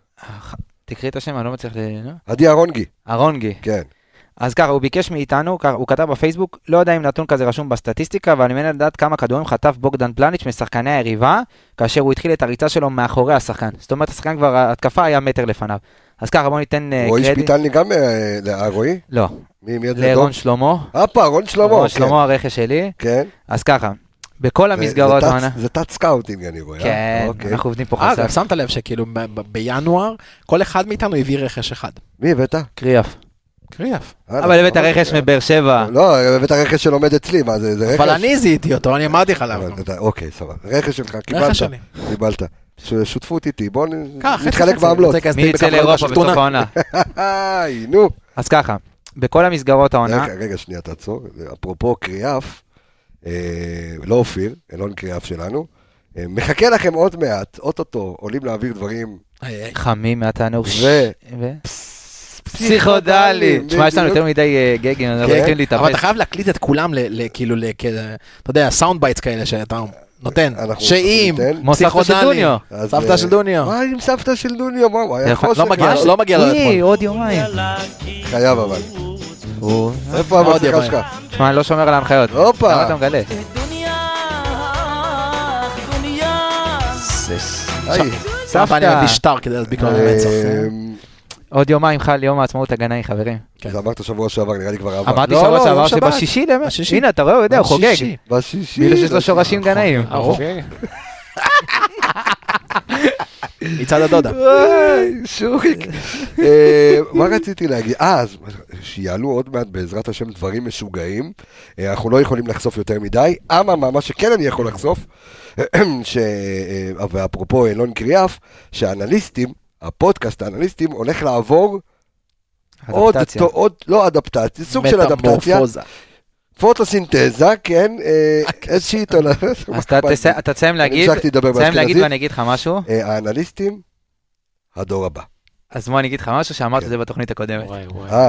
תקריא את השם, אני לא מצליח ל... עדי ארונגי. ארונגי. כן. אז ככה, הוא ביקש מאיתנו, הוא כתב בפייסבוק, לא יודע אם נתון כזה רשום בסטטיסטיקה, אבל אני מנסה לדעת כמה כדורים חטף בוגדן פלניץ' משחקני היריבה, כאשר הוא התחיל את הריצה שלו מאחורי השחקן. זאת אומרת, השחקן כבר, התקפה היה מטר לפניו. אז ככה, בואו ניתן קרדיט. רועי שפיטלני גם לרועי? לא. מי מי את זה? לרון שלמה. הפה, רון שלמה. רון שלמה, הרכש שלי. כן. אז ככה, בכל המסגרות... זה תת סקאוטינג, אני רואה. כן, אנחנו עובדים פה חסר. אגב, שמת לב שכאילו בינואר, כל אחד מאיתנו הביא רכש אחד. מי הבאת? קריאף. קריאף. אבל הבאת הרכש מבאר שבע. לא, הבאת הרכש שלומד אצלי, מה זה רכש? אבל אני זיהיתי אותו, אני אמרתי לך למה. אוקיי, סבבה. רכש שלך, קיבלת. רכש שלי. קיבלת. שותפות איתי, בואו נתחלק בעמלות. מי יצא לאירופה בסוף העונה? נו. אז ככה, בכל המסגרות העונה... רגע, שנייה, תעצור. אפרופו קריאף, לא אופיר, אלון קריאף שלנו, מחכה לכם עוד מעט, אוטוטו, עולים להעביר דברים... חמים מהתענוג. ו... פסיכודלי. תשמע, יש לנו יותר מדי גגים, אבל אתה חייב להקליט את כולם כאילו, אתה יודע, סאונד בייטס כאלה שאתה נותן, שאם פסיכודלי, סבתא של דוניו. מה עם סבתא של דוניו? לא מגיע לו אתמול. עוד יומיים. חייב אבל. איפה המסכה שלך? תשמע, אני לא שומר על ההנחיות. הופה. למה אתה מגלה? סבתא. אני מביא שטר כדי להדביק לו למצח. עוד יומיים חל יום העצמאות הגנאי, חברים. זה אמרת שבוע שעבר, נראה לי כבר עבר. אמרתי שבוע שעבר שבשישי, הנה, אתה רואה, הוא יודע, הוא חוגג. בשישי. מילה שיש לו שורשים גנאים. מצד הדודה. שוריק. מה רציתי להגיד? אה, אז שיעלו עוד מעט בעזרת השם דברים משוגעים. אנחנו לא יכולים לחשוף יותר מדי. אממה, מה שכן אני יכול לחשוף, ואפרופו אלון קריאף, שהאנליסטים, הפודקאסט האנליסטים הולך לעבור עוד, עוד, לא אדפטציה, סוג של אדפטציה. פוטוסינתזה, כן, איזושהי תולה. אז אתה תסיים להגיד, תסיים להגיד ואני אגיד לך משהו. האנליסטים, הדור הבא. אז בוא אני אגיד לך משהו שאמרת את זה בתוכנית הקודמת. אה.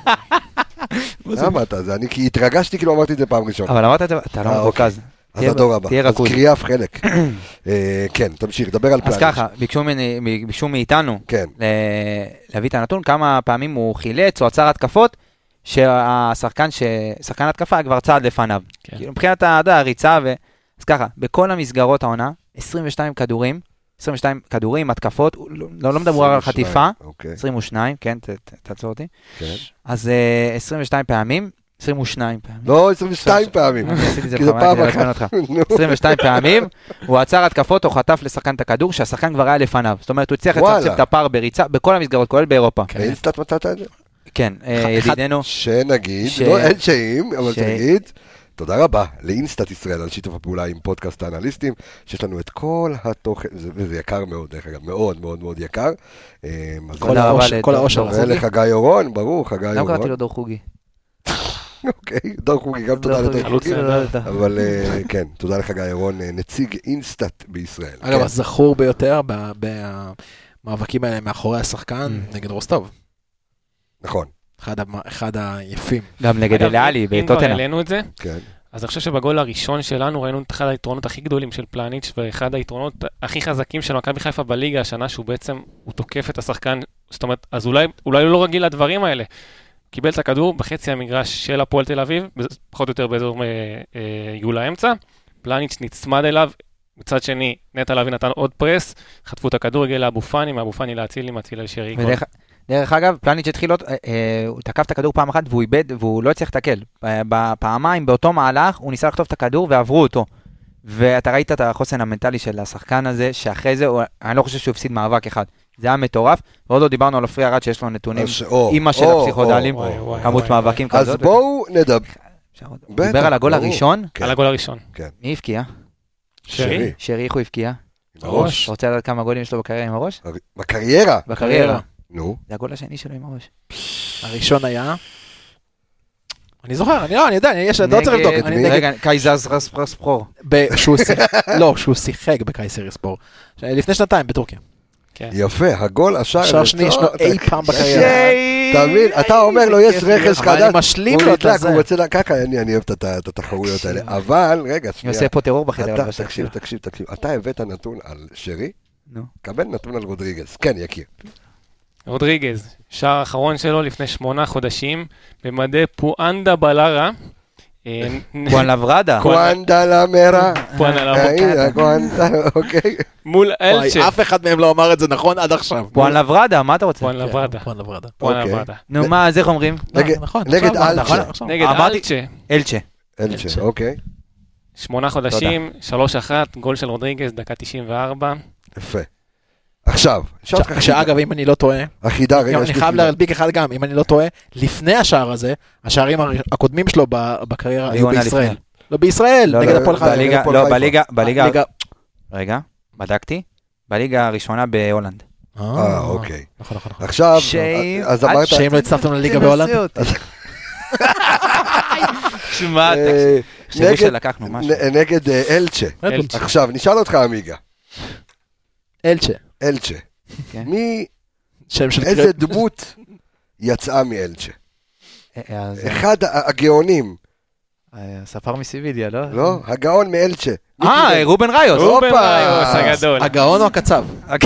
למה אתה זה? אני כי התרגשתי כאילו אמרתי את זה פעם ראשונה. אבל אמרת את זה, אתה לא מרוכז. אז הדור הבא. אז קריאף חלק. כן, תמשיך, דבר על פלניץ'. אז ככה, ביקשו מאיתנו להביא את הנתון, כמה פעמים הוא חילץ או עצר התקפות, שהשחקן ששחקן התקפה כבר צעד לפניו. מבחינת הריצה, אז ככה, בכל המסגרות העונה, עשרים ושתיים כדורים, עשרים ושתיים כדורים, התקפות, לא מדבר על חטיפה, עשרים ושתיים, כן, תעצור אותי. אז עשרים ושתיים פעמים, עשרים ושתיים פעמים. לא, עשרים ושתיים פעמים. עשיתי את זה פעם אחת. עשרים ושתיים פעמים, הוא עצר התקפות או חטף לשחקן את הכדור, שהשחקן כבר היה לפניו. זאת אומרת, הוא הצליח לצמצם את הפער בריצה, בכל המסגרות, כולל באירופה. אינסטאט מצאת את זה? כן, ידידנו. שנגיד, לא אין שאים, אבל תגיד, תודה רבה לאינסטאט ישראל על שיתוף הפעולה עם פודקאסט האנליסטים, שיש לנו את כל התוכן, וזה יקר מאוד, דרך אגב, מאוד מאוד מאוד יקר. כל האושר. ולחגי אורון, ברור, חגי אורון. למה קראתי לו דור חוגי? אוקיי, דור חוגי, גם תודה לדור חוגי. אבל כן, תודה לחגי אורון, נציג אינסטאט בישראל. אגב, הזכור ביותר במאבקים האלה מאחורי השחקן נגד רוסטוב. נכון. אחד היפים. גם נגד אליאלי, אם כבר העלינו את זה, כן. אז אני חושב שבגול הראשון שלנו ראינו את אחד היתרונות הכי גדולים של פלניץ' ואחד היתרונות הכי חזקים של מכבי חיפה בליגה השנה, שהוא בעצם, הוא תוקף את השחקן, זאת אומרת, אז אולי, אולי הוא לא רגיל לדברים האלה. קיבל את הכדור בחצי המגרש של הפועל תל אביב, פחות או יותר באזור עיגול האמצע, פלניץ' נצמד אליו, מצד שני, נטע לביא נתן עוד פרס, חטפו את הכדור, הגיע לאבו פאני, מאבו פאני להציל, מציל לשרי. דרך אגב, פלניץ' התחיל, הוא תקף את הכדור פעם אחת והוא איבד, והוא לא הצליח לתקל. בפעמיים, באותו מהלך, הוא ניסה לחטוף את הכדור ועברו אותו. ואתה ראית את החוסן המנטלי של השחקן הזה, שאחרי זה, אני לא חושב שהוא הפסיד מאבק אחד. זה היה מטורף, ועוד לא דיברנו על עופרי ארד שיש לו נתונים, אימא של הפסיכודלים, כמות מאבקים כזאת. אז בואו נדבר. דיבר על הגול הראשון. על הגול הראשון. מי הבקיע? שרי. שרי, איך הוא הבקיע? הראש. אתה רוצה לדעת כמה גולים יש לו בקריירה עם הראש? בקריירה? בקריירה. נו. זה הגול השני שלו עם הראש. הראשון היה? אני זוכר, אני לא, אני יודע, יש, לא צריך לבדוק. רגע, קייזרספור. לא, שהוא שיחק בקייזרספור. לפני שנתיים בטורקיה. יפה, הגול, השער. השער שני יש לו אי פעם בקריירה. תמיד, אתה אומר לו, יש רכש חדש. אני משלים לו את זה. הוא רוצה לקקה, אני אוהב את התחרויות האלה. אבל, רגע, אני עושה פה טרור בחדר. תקשיב, תקשיב, תקשיב. אתה הבאת נתון על שרי, קבל נתון על רודריגז. כן, יקיר. רודריגז, שער האחרון שלו לפני שמונה חודשים, במדי פואנדה בלרה. פואן לברדה. פואנדה למרה. פואנדה למרה. אוקיי. מול אלצ'ה. אף אחד מהם לא אמר את זה נכון עד עכשיו. פואן לברדה, מה אתה רוצה? פואן לברדה. פואן לברדה. נו מה, אז איך אומרים? נגד אלצ'ה. נגד אלצ'ה. אלצ'ה. אלצ'ה, אוקיי. שמונה חודשים, שלוש אחת, גול של רודריגז, דקה תשעים וארבע. יפה. עכשיו, שאגב, אם אני לא טועה, החידה, רגע, אני חייב להדביק אחד גם, אם אני לא טועה, לפני השער הזה, השערים הקודמים שלו בקריירה היו בישראל. לא בישראל, נגד הפועל חיפה. לא, בליגה, בליגה, רגע, בדקתי, בליגה הראשונה בהולנד. אה, אוקיי. עכשיו, אז אמרת... שאם לא הצטרפתם לליגה בהולנד? שמע, תחשבו שלקחנו משהו. נגד אלצ'ה. עכשיו, נשאל אותך עמיגה. אלצ'ה. אלצ'ה. מי, איזה דמות יצאה מאלצ'ה? אחד הגאונים. ספר מסיבידיה, לא? לא, הגאון מאלצ'ה. אה, רובן ריוס. רובן ריוס הגדול. הגאון או הקצב?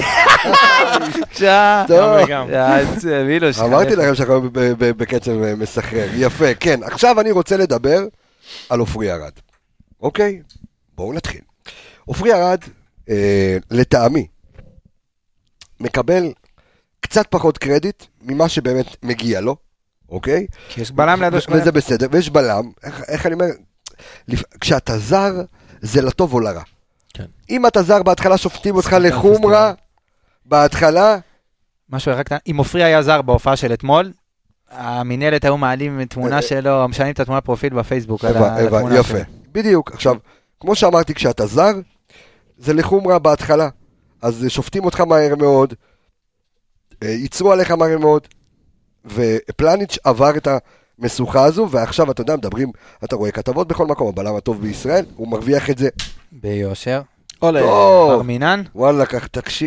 טוב. אמרתי לכם שאנחנו בקצב מסחרר. יפה, כן. עכשיו אני רוצה לדבר על עופרי ארד. אוקיי? בואו נתחיל. עופרי ארד, לטעמי, מקבל קצת פחות קרדיט ממה שבאמת מגיע לו, אוקיי? כי יש בלם לידו שלהם. וזה בסדר, ויש בלם, איך, איך אני אומר, כשאתה זר, זה לטוב או לרע. כן. אם אתה זר בהתחלה שופטים אותך לחומרה, בהתחלה... משהו רק, אם עופרי היה זר בהופעה של אתמול, המנהלת היו מעלים תמונה שלו, משנים את התמונה פרופיל בפייסבוק. יפה, בדיוק. עכשיו, כמו שאמרתי, כשאתה זר, זה לחומרה בהתחלה. אז שופטים אותך מהר מאוד, ייצרו עליך מהר מאוד, ופלניץ' עבר את המשוכה הזו, ועכשיו אתה יודע, מדברים, אתה רואה כתבות בכל מקום, הבלם הטוב בישראל, הוא מרוויח את זה. ביושר. טוב. מרמינן. וואלה, כך תקשיב.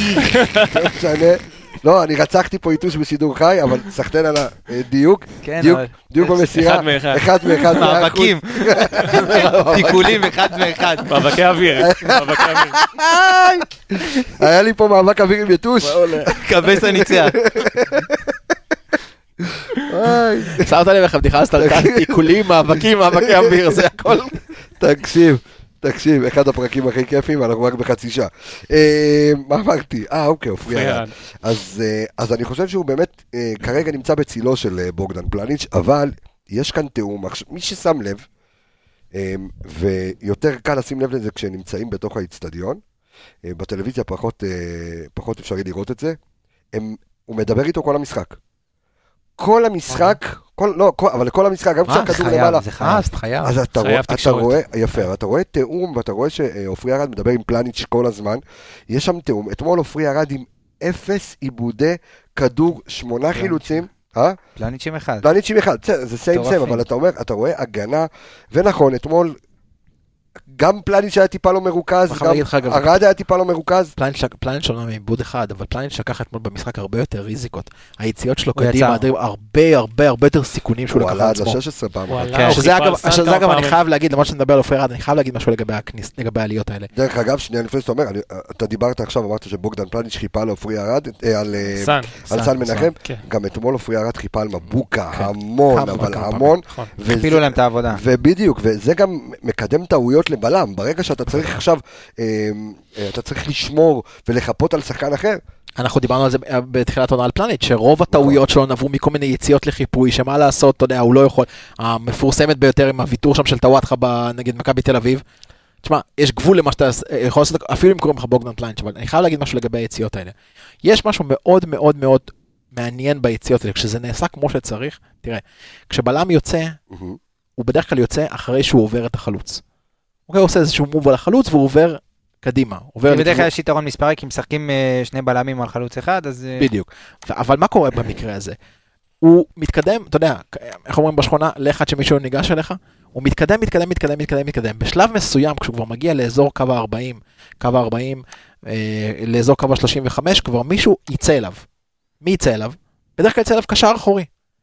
לא, אני רצחתי פה איתוש בשידור חי, אבל סחטן על הדיוק. דיוק במסירה. אחד מאחד. אחד מאחד. מאבקים. תיקולים אחד מאחד. מאבקי אוויר. מאבקי אוויר. היה לי פה מאבק אוויר עם יתוש. כבש הניצח. שמת לב איך הבדיחה הסטרטן, תיקולים, מאבקים, מאבקי אוויר, זה הכל. תקשיב. תקשיב, אחד הפרקים הכי כיפים, אנחנו רק בחצי שעה. מה אמרתי? אה, אוקיי, אופרי ירד. אז אני חושב שהוא באמת כרגע נמצא בצילו של בוגדן פלניץ', אבל יש כאן תאום, מי ששם לב, ויותר קל לשים לב לזה כשנמצאים בתוך האצטדיון, בטלוויזיה פחות אפשרי לראות את זה, הוא מדבר איתו כל המשחק. כל המשחק, כל, לא, כל, אבל כל המשחק, גם כשהכדור למעלה. זה חייב, זה חייב. אז אתה רואה, אתה רואה, יפה, אתה רואה תאום, ואתה רואה שאופרי ירד מדבר עם פלניץ' כל הזמן. יש שם תאום. אתמול אופרי ירד עם אפס עיבודי כדור, שמונה חילוצים. פלניץ' עם אחד. פלניץ' עם אחד, זה סיים סיים, אבל אתה אומר, אתה רואה הגנה, ונכון, אתמול, גם פלניץ' היה טיפה לא מרוכז, גם ארד היה טיפה לא מרוכז. פלניץ' עולה מעיבוד אחד, אבל פלניץ' לקח אתמול במשחק הרבה יותר ריזיקות. היציאות שלו קדימה, הרבה הרבה הרבה יותר סיכונים שהוא לקח לעצמו. הוא עלה עד ל-שש עשרה פעם. שזה אגב אני חייב להגיד, למרות שאני מדבר על אופרי ירד, אני חייב להגיד משהו לגבי העליות האלה. דרך אגב, שנייה לפני שאתה אומר, אתה דיברת עכשיו, אמרת שבוגדן פלניץ' חיפה לאופרי ירד, על סן מנחם, גם אתמול אופרי ירד חיפה על מבוקה, המון, אבל המון. הכפילו להם את העבודה. ובדיוק, וזה גם מקדם טעויות לבלם. ברגע שאתה צריך עכשיו, אתה צריך לשמור ולחפות על שחקן אחר. אנחנו דיברנו על זה בתחילת עונה על פלניץ', שרוב הטעויות שלו נבעו מכל מיני יציאות לחיפוי, שמה לעשות, אתה יודע, הוא לא יכול. המפורסמת ביותר עם הוויתור שם של טוואטחה נגד מכבי תל אביב. תשמע, יש גבול למה שאתה יכול לעשות, אפילו אם קוראים לך בוגדן פלניץ', אבל אני חייב להגיד משהו לגבי היציאות האלה. יש משהו מאוד מאוד מאוד מעניין ביציאות האלה, כשזה נעשה כמו שצריך. תראה, כשבלם יוצא, הוא בדרך כלל יוצא אחרי שהוא עובר את החלוץ. אוקיי, הוא עושה איזשהו מוב על החלוץ, והוא עובר קדימה. בדרך כלל יש יתרון מספרי, כי משחקים שני בלמים על חלוץ אחד, אז... בדיוק. אבל מה קורה במקרה הזה? הוא מתקדם, אתה יודע, איך אומרים בשכונה, לאחד שמישהו ניגש אליך, הוא מתקדם, מתקדם, מתקדם, מתקדם, מתקדם. בשלב מסוים, כשהוא כבר מגיע לאזור קו ה-ארבעים, קו ה-ארבעים, לאזור קו ה-שלושים וחמש, כבר מישהו יצא אליו. מי יצא אליו? בדרך כלל יצא אליו קשר אחורי.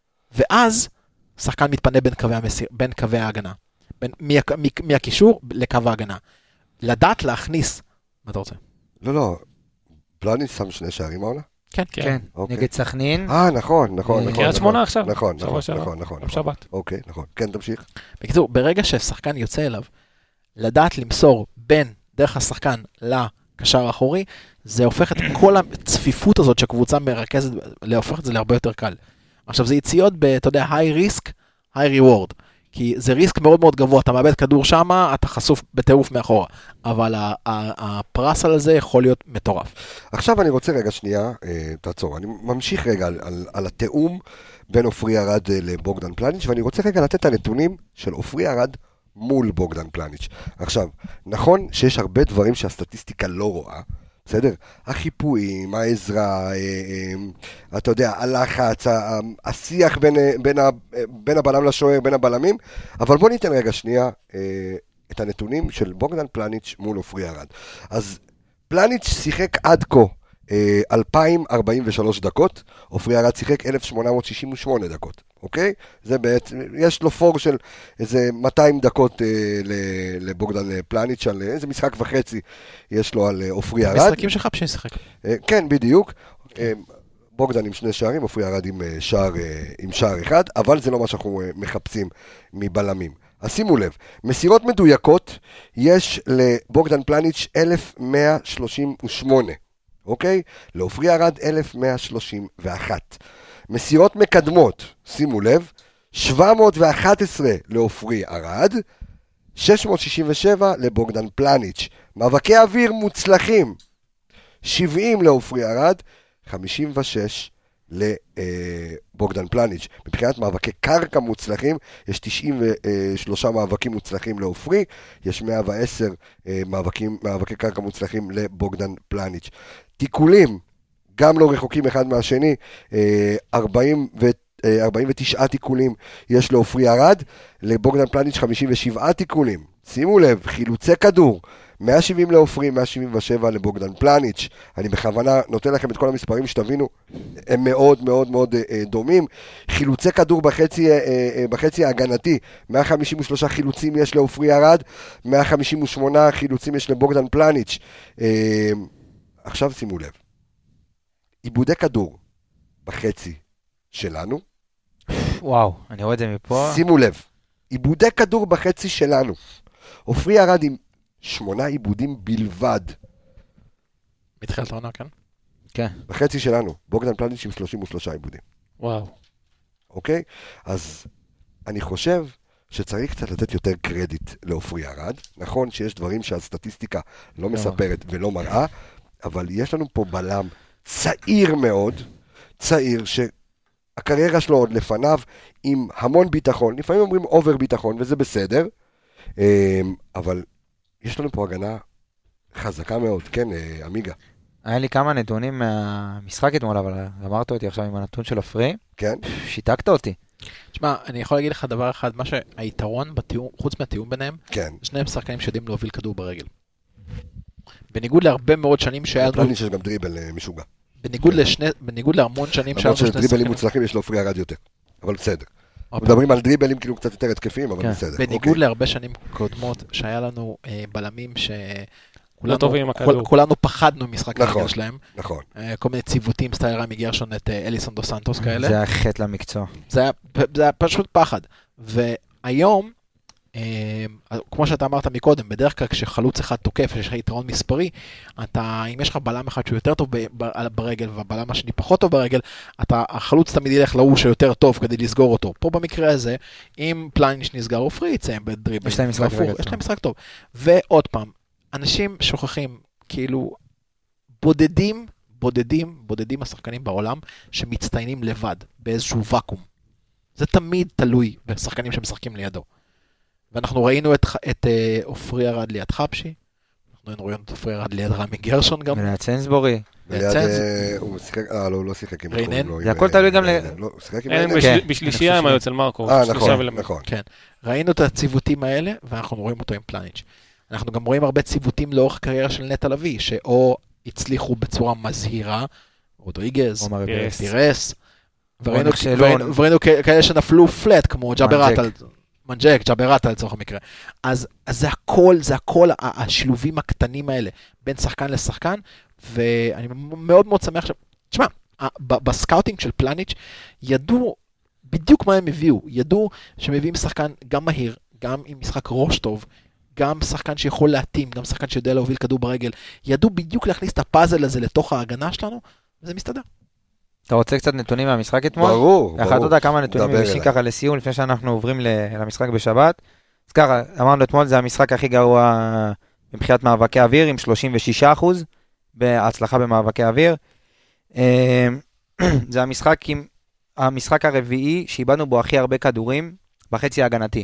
ואז שחקן מתפנה בין קווי המסיר, בין קווי ההגנה. בין, מהקישור לקו ההגנה. לדעת להכניס, מה אתה רוצה? לא, לא, פלניץ' שם שני שערים העונה? כן, כן, נגד סכנין. אה, נכון, נכון, נכון. קריית שמונה עכשיו. נכון, נכון, נכון, נכון. בשבת. אוקיי, נכון. כן, תמשיך. בקיצור, ברגע ששחקן יוצא אליו, לדעת למסור בין דרך השחקן לקשר האחורי, זה הופך את כל הצפיפות הזאת שקבוצה מרכזת, להופך את זה להרבה יותר קל. עכשיו, זה יציאות ב, אתה יודע, high risk, high reward. כי זה ריסק מאוד מאוד גבוה, אתה מאבד כדור שמה, אתה חשוף בטירוף מאחורה, אבל הפרס על זה יכול להיות מטורף. עכשיו אני רוצה רגע שנייה, תעצור, אני ממשיך רגע על, על, על התאום בין אופרי ירד לבוגדן פלניץ', ואני רוצה רגע לתת את הנתונים של אופרי ירד מול בוגדן פלניץ'. עכשיו, נכון שיש הרבה דברים שהסטטיסטיקה לא רואה, בסדר? החיפויים, העזרה, אתה יודע, הלחץ, השיח בין, בין, בין הבלם לשוער, בין הבלמים, אבל בוא ניתן רגע שנייה את הנתונים של בוגדן פלניץ' מול אופרי ירד. אז פלניץ' שיחק עד כה אלפיים ארבעים ושלוש דקות, אופרי ירד שיחק אלף שמונה מאות שישים ושמונה דקות, אוקיי? זה בעצם, יש לו פור של איזה מאתיים דקות אה, לבוגדן פלניץ' על איזה משחק וחצי יש לו על אופרי ירד. המשחקים שלך בשביל לשחק. אה, כן, בדיוק. אה, בוגדן עם שני שערים, אופרי ירד עם שער, אה, עם שער אחד, אבל זה לא מה שאנחנו אה, מחפשים מבלמים. אז שימו לב, מסירות מדויקות יש לבוגדן פלניץ' אלף מאה שלושים ושמונה. אוקיי? לאופרי ירד אלף מאה שלושים ואחת. מסירות מקדמות, שימו לב, שבע מאות ואחת עשרה לאופרי ירד, שש מאות שישים ושבע לבוגדן פלניץ'. מאבקי אוויר מוצלחים, שבעים לאופרי ירד, חמישים ושש לבוגדן פלניץ'. מבחינת מאבקי קרקע מוצלחים, יש תשעים ושלושה מאבקים מוצלחים לאופרי, יש מאה ועשר מאבקים, מאבקי קרקע מוצלחים לבוגדן פלניץ'. תיקולים, גם לא רחוקים אחד מהשני, ארבעים ארבעים ותשעה תיקולים יש לאופרי ארד, לבוגדן פלניץ' חמישים ושבעה תיקולים. שימו לב, חילוצי כדור, מאה שבעים לאופרי, מאה שבעים ושבע לבוגדן פלניץ'. אני בכוונה נותן לכם את כל המספרים שתבינו, הם מאוד מאוד מאוד אה, דומים. חילוצי כדור בחצי, אה, אה, בחצי ההגנתי, מאה חמישים ושלושה חילוצים יש לאופרי ארד, מאה חמישים ושמונה חילוצים יש לבוגדן פלניץ'. אה, עכשיו שימו לב, עיבודי כדור בחצי שלנו. וואו, אני רואה את זה מפה. שימו לב, עיבודי כדור בחצי שלנו. אופרי ארד עם שמונה עיבודים בלבד. מתחילת העונה, כן? כן. בחצי שלנו, בוגדן פלניץ' עם שלושים ושלושה עיבודים. וואו. אוקיי? אז אני חושב שצריך קצת לתת יותר קרדיט לאופרי ארד. נכון שיש דברים שהסטטיסטיקה לא מספרת ולא מראה, אבל יש לנו פה בלם צעיר מאוד, צעיר שהקריירה שלו עוד לפניו עם המון ביטחון, לפעמים אומרים אובר ביטחון וזה בסדר, אבל יש לנו פה הגנה חזקה מאוד, כן, אמיגה. היה לי כמה נתונים מהמשחק אתמול, אבל אמרת אותי עכשיו עם הנתון של אופרי. כן. שיתקת אותי. תשמע, אני יכול להגיד לך דבר אחד, מה שהיתרון בתיאום, חוץ מהתיאום ביניהם, כן. שניהם שחקנים שיודעים להוביל כדור ברגל. בניגוד להרבה מאוד שנים שהיה... פלניץ' יש גם דריבל משוגע. בניגוד לשני, בניגוד להמון שנים שהיה... למרות שדריבלים מוצלחים יש לאופרי ארד יותר, אבל בסדר. מדברים על דריבלים כאילו קצת יותר התקפיים, אבל בסדר. בניגוד להרבה שנים קודמות שהיה לנו בלמים שכולנו פחדנו ממשחק הרגל שלהם. נכון. כל מיני ציוותים, סטייל רמי גרשון, את אליסון דו סנטוס כאלה. זה היה חטא למקצוע. זה היה פשוט פחד. והיום, כמו שאתה אמרת מקודם, בדרך כלל כשחלוץ אחד תוקף, יש לך יתרון מספרי, אתה, אם יש לך בלם אחד שהוא יותר טוב ברגל, והבלם השני פחות טוב ברגל, אתה, החלוץ תמיד ילך להוא שיותר טוב כדי לסגור אותו. פה במקרה הזה, אם פלניץ' נסגר אופרי, יצא בדריבל. יש להם משחק רגל. יש להם משחק טוב. ועוד פעם, אנשים שוכחים, כאילו, בודדים, בודדים, בודדים השחקנים בעולם, שמצטיינים לבד, באיזשהו וקום. זה תמיד תלוי בשחקנים שמשחקים לידו. ואנחנו ראינו את, את uh, אופרי ארד ליד חפשי, אנחנו ראינו את אופרי ארד ליד רמי גרשון גם. וליד סנסבורי. ליד, הוא שיחק, אה, לא, הוא לא שיחק עם ריינן. זה הכל תלוי גם ל... לא, הוא שיחק עם ריינן. בשלישייה הם היו אצל מרקו. אה, נכון, נכון. כן, ראינו את הציוותים האלה, ואנחנו רואים אותו עם פלניץ'. אנחנו גם רואים הרבה ציוותים לאורך קריירה של נטע לביא, שאו הצליחו בצורה מזהירה, רודריגז, פירס, וראינו כאלה שנפלו פלט, כמו ג'אבר עטל. מנג'ק, ג'אברטה לצורך המקרה. אז, אז זה הכל, זה הכל השילובים הקטנים האלה, בין שחקן לשחקן, ואני מאוד מאוד שמח ש... תשמע, בסקאוטינג של פלניץ' ידעו בדיוק מה הם הביאו, ידעו שמביאים שחקן גם מהיר, גם עם משחק ראש טוב, גם שחקן שיכול להתאים, גם שחקן שיודע להוביל כדור ברגל, ידעו בדיוק להכניס את הפאזל הזה לתוך ההגנה שלנו, וזה מסתדר. אתה רוצה קצת נתונים מהמשחק אתמול? ברור, ברור. אתה יודע כמה נתונים מבישים ככה לסיום, לפני שאנחנו עוברים למשחק בשבת. אז ככה, אמרנו אתמול, זה המשחק הכי גרוע מבחינת מאבקי אוויר, עם שלושים ושישה אחוז בהצלחה במאבקי אוויר. זה המשחק עם, המשחק הרביעי שאיבדנו בו הכי הרבה כדורים בחצי ההגנתי.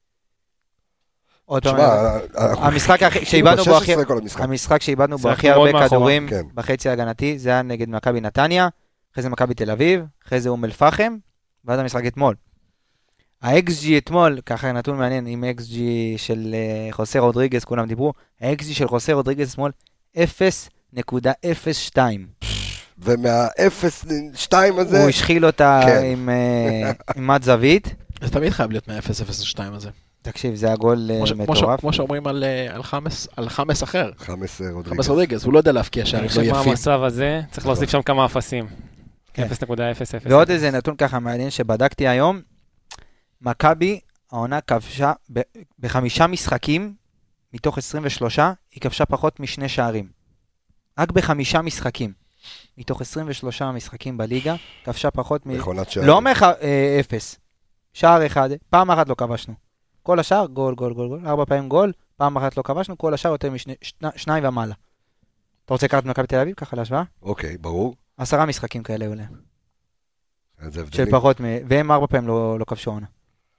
המשחק שאיבדנו בו הכי המשחק שאיבדנו בו הכי הרבה כדורים בחצי ההגנתי, זה היה נגד מכבי נתניה. אחרי זה מכבי תל אביב, אחרי זה אום אל פחם, ואז המשחק אתמול. ה-אקס ג'י אתמול, ככה נתון מעניין, עם אקס ג'י של חוסה רודריגז, כולם דיברו, ה-אקס ג'י של חוסה רודריגז אתמול, אפס נקודה אפס שתיים. ומה-אפס נקודה שתיים הזה... הוא השחיל אותה עם מת זווית. זה תמיד חייב להיות מה-אפס נקודה אפס שתיים הזה. תקשיב, זה הגול מטורף. כמו שאומרים על חמאס אחר. חמאס רודריגז. חמאס רודריגז, הוא לא יודע להפקיע שערים לא יפים. במצב הזה צריך להוסיף שם כמה אפסים. אפס נקודה אפס אפס. ועוד איזה נתון ככה מעניין שבדקתי היום, מכבי, העונה כבשה בחמישה משחקים, מתוך עשרים ושלושה, היא כבשה פחות משני שערים. רק בחמישה משחקים, מתוך עשרים ושלושה משחקים בליגה, כבשה פחות מ... לא אומר אפס, שער אחד, פעם אחת לא כבשנו. כל השאר, גול, גול, גול, גול, ארבע פעמים גול, פעם אחת לא כבשנו, כל השאר יותר משניים ומעלה. אתה רוצה לקחת מכבי תל אביב, ככה להשוואה? אוקיי, ברור. עשרה משחקים כאלה אולי. של פחות מ... והם ארבע פעמים לא, לא כבשו עונה.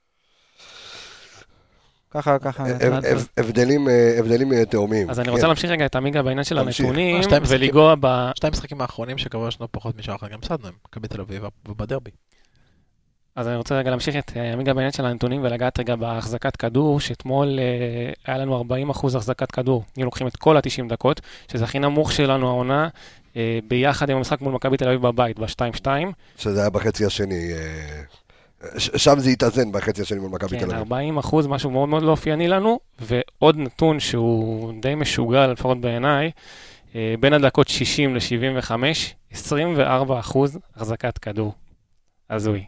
ככה, ככה. הבדלים, הבדלים תאומים. אז אני רוצה להמשיך רגע את המיגה בעניין של הנתונים, ולגוע ב... שתי המשחקים האחרונים שכבשנו פחות משעה אחת, גם סדנו, מכבי תל אביב ובדרבי. אז אני רוצה רגע להמשיך את עמיגה בעניין של הנתונים ולגעת רגע בהחזקת כדור, שאתמול אה, היה לנו ארבעים אחוז החזקת כדור. אם לוקחים את כל ה-תשעים דקות, שזה הכי נמוך שלנו העונה, אה, ביחד עם המשחק מול מכבי תל אביב בבית, ב-שתיים שתיים. שזה היה בחצי השני, אה, שם זה התאזן בחצי השני מול מכבי תל אביב. כן, ארבעים אחוז, משהו מאוד מאוד לא אופייני לנו, ועוד נתון שהוא די משוגע, לפחות בעיניי, אה, בין הדקות שישים ל-שבעים וחמש, עשרים וארבעה אחוז החזקת כדור. הזוי.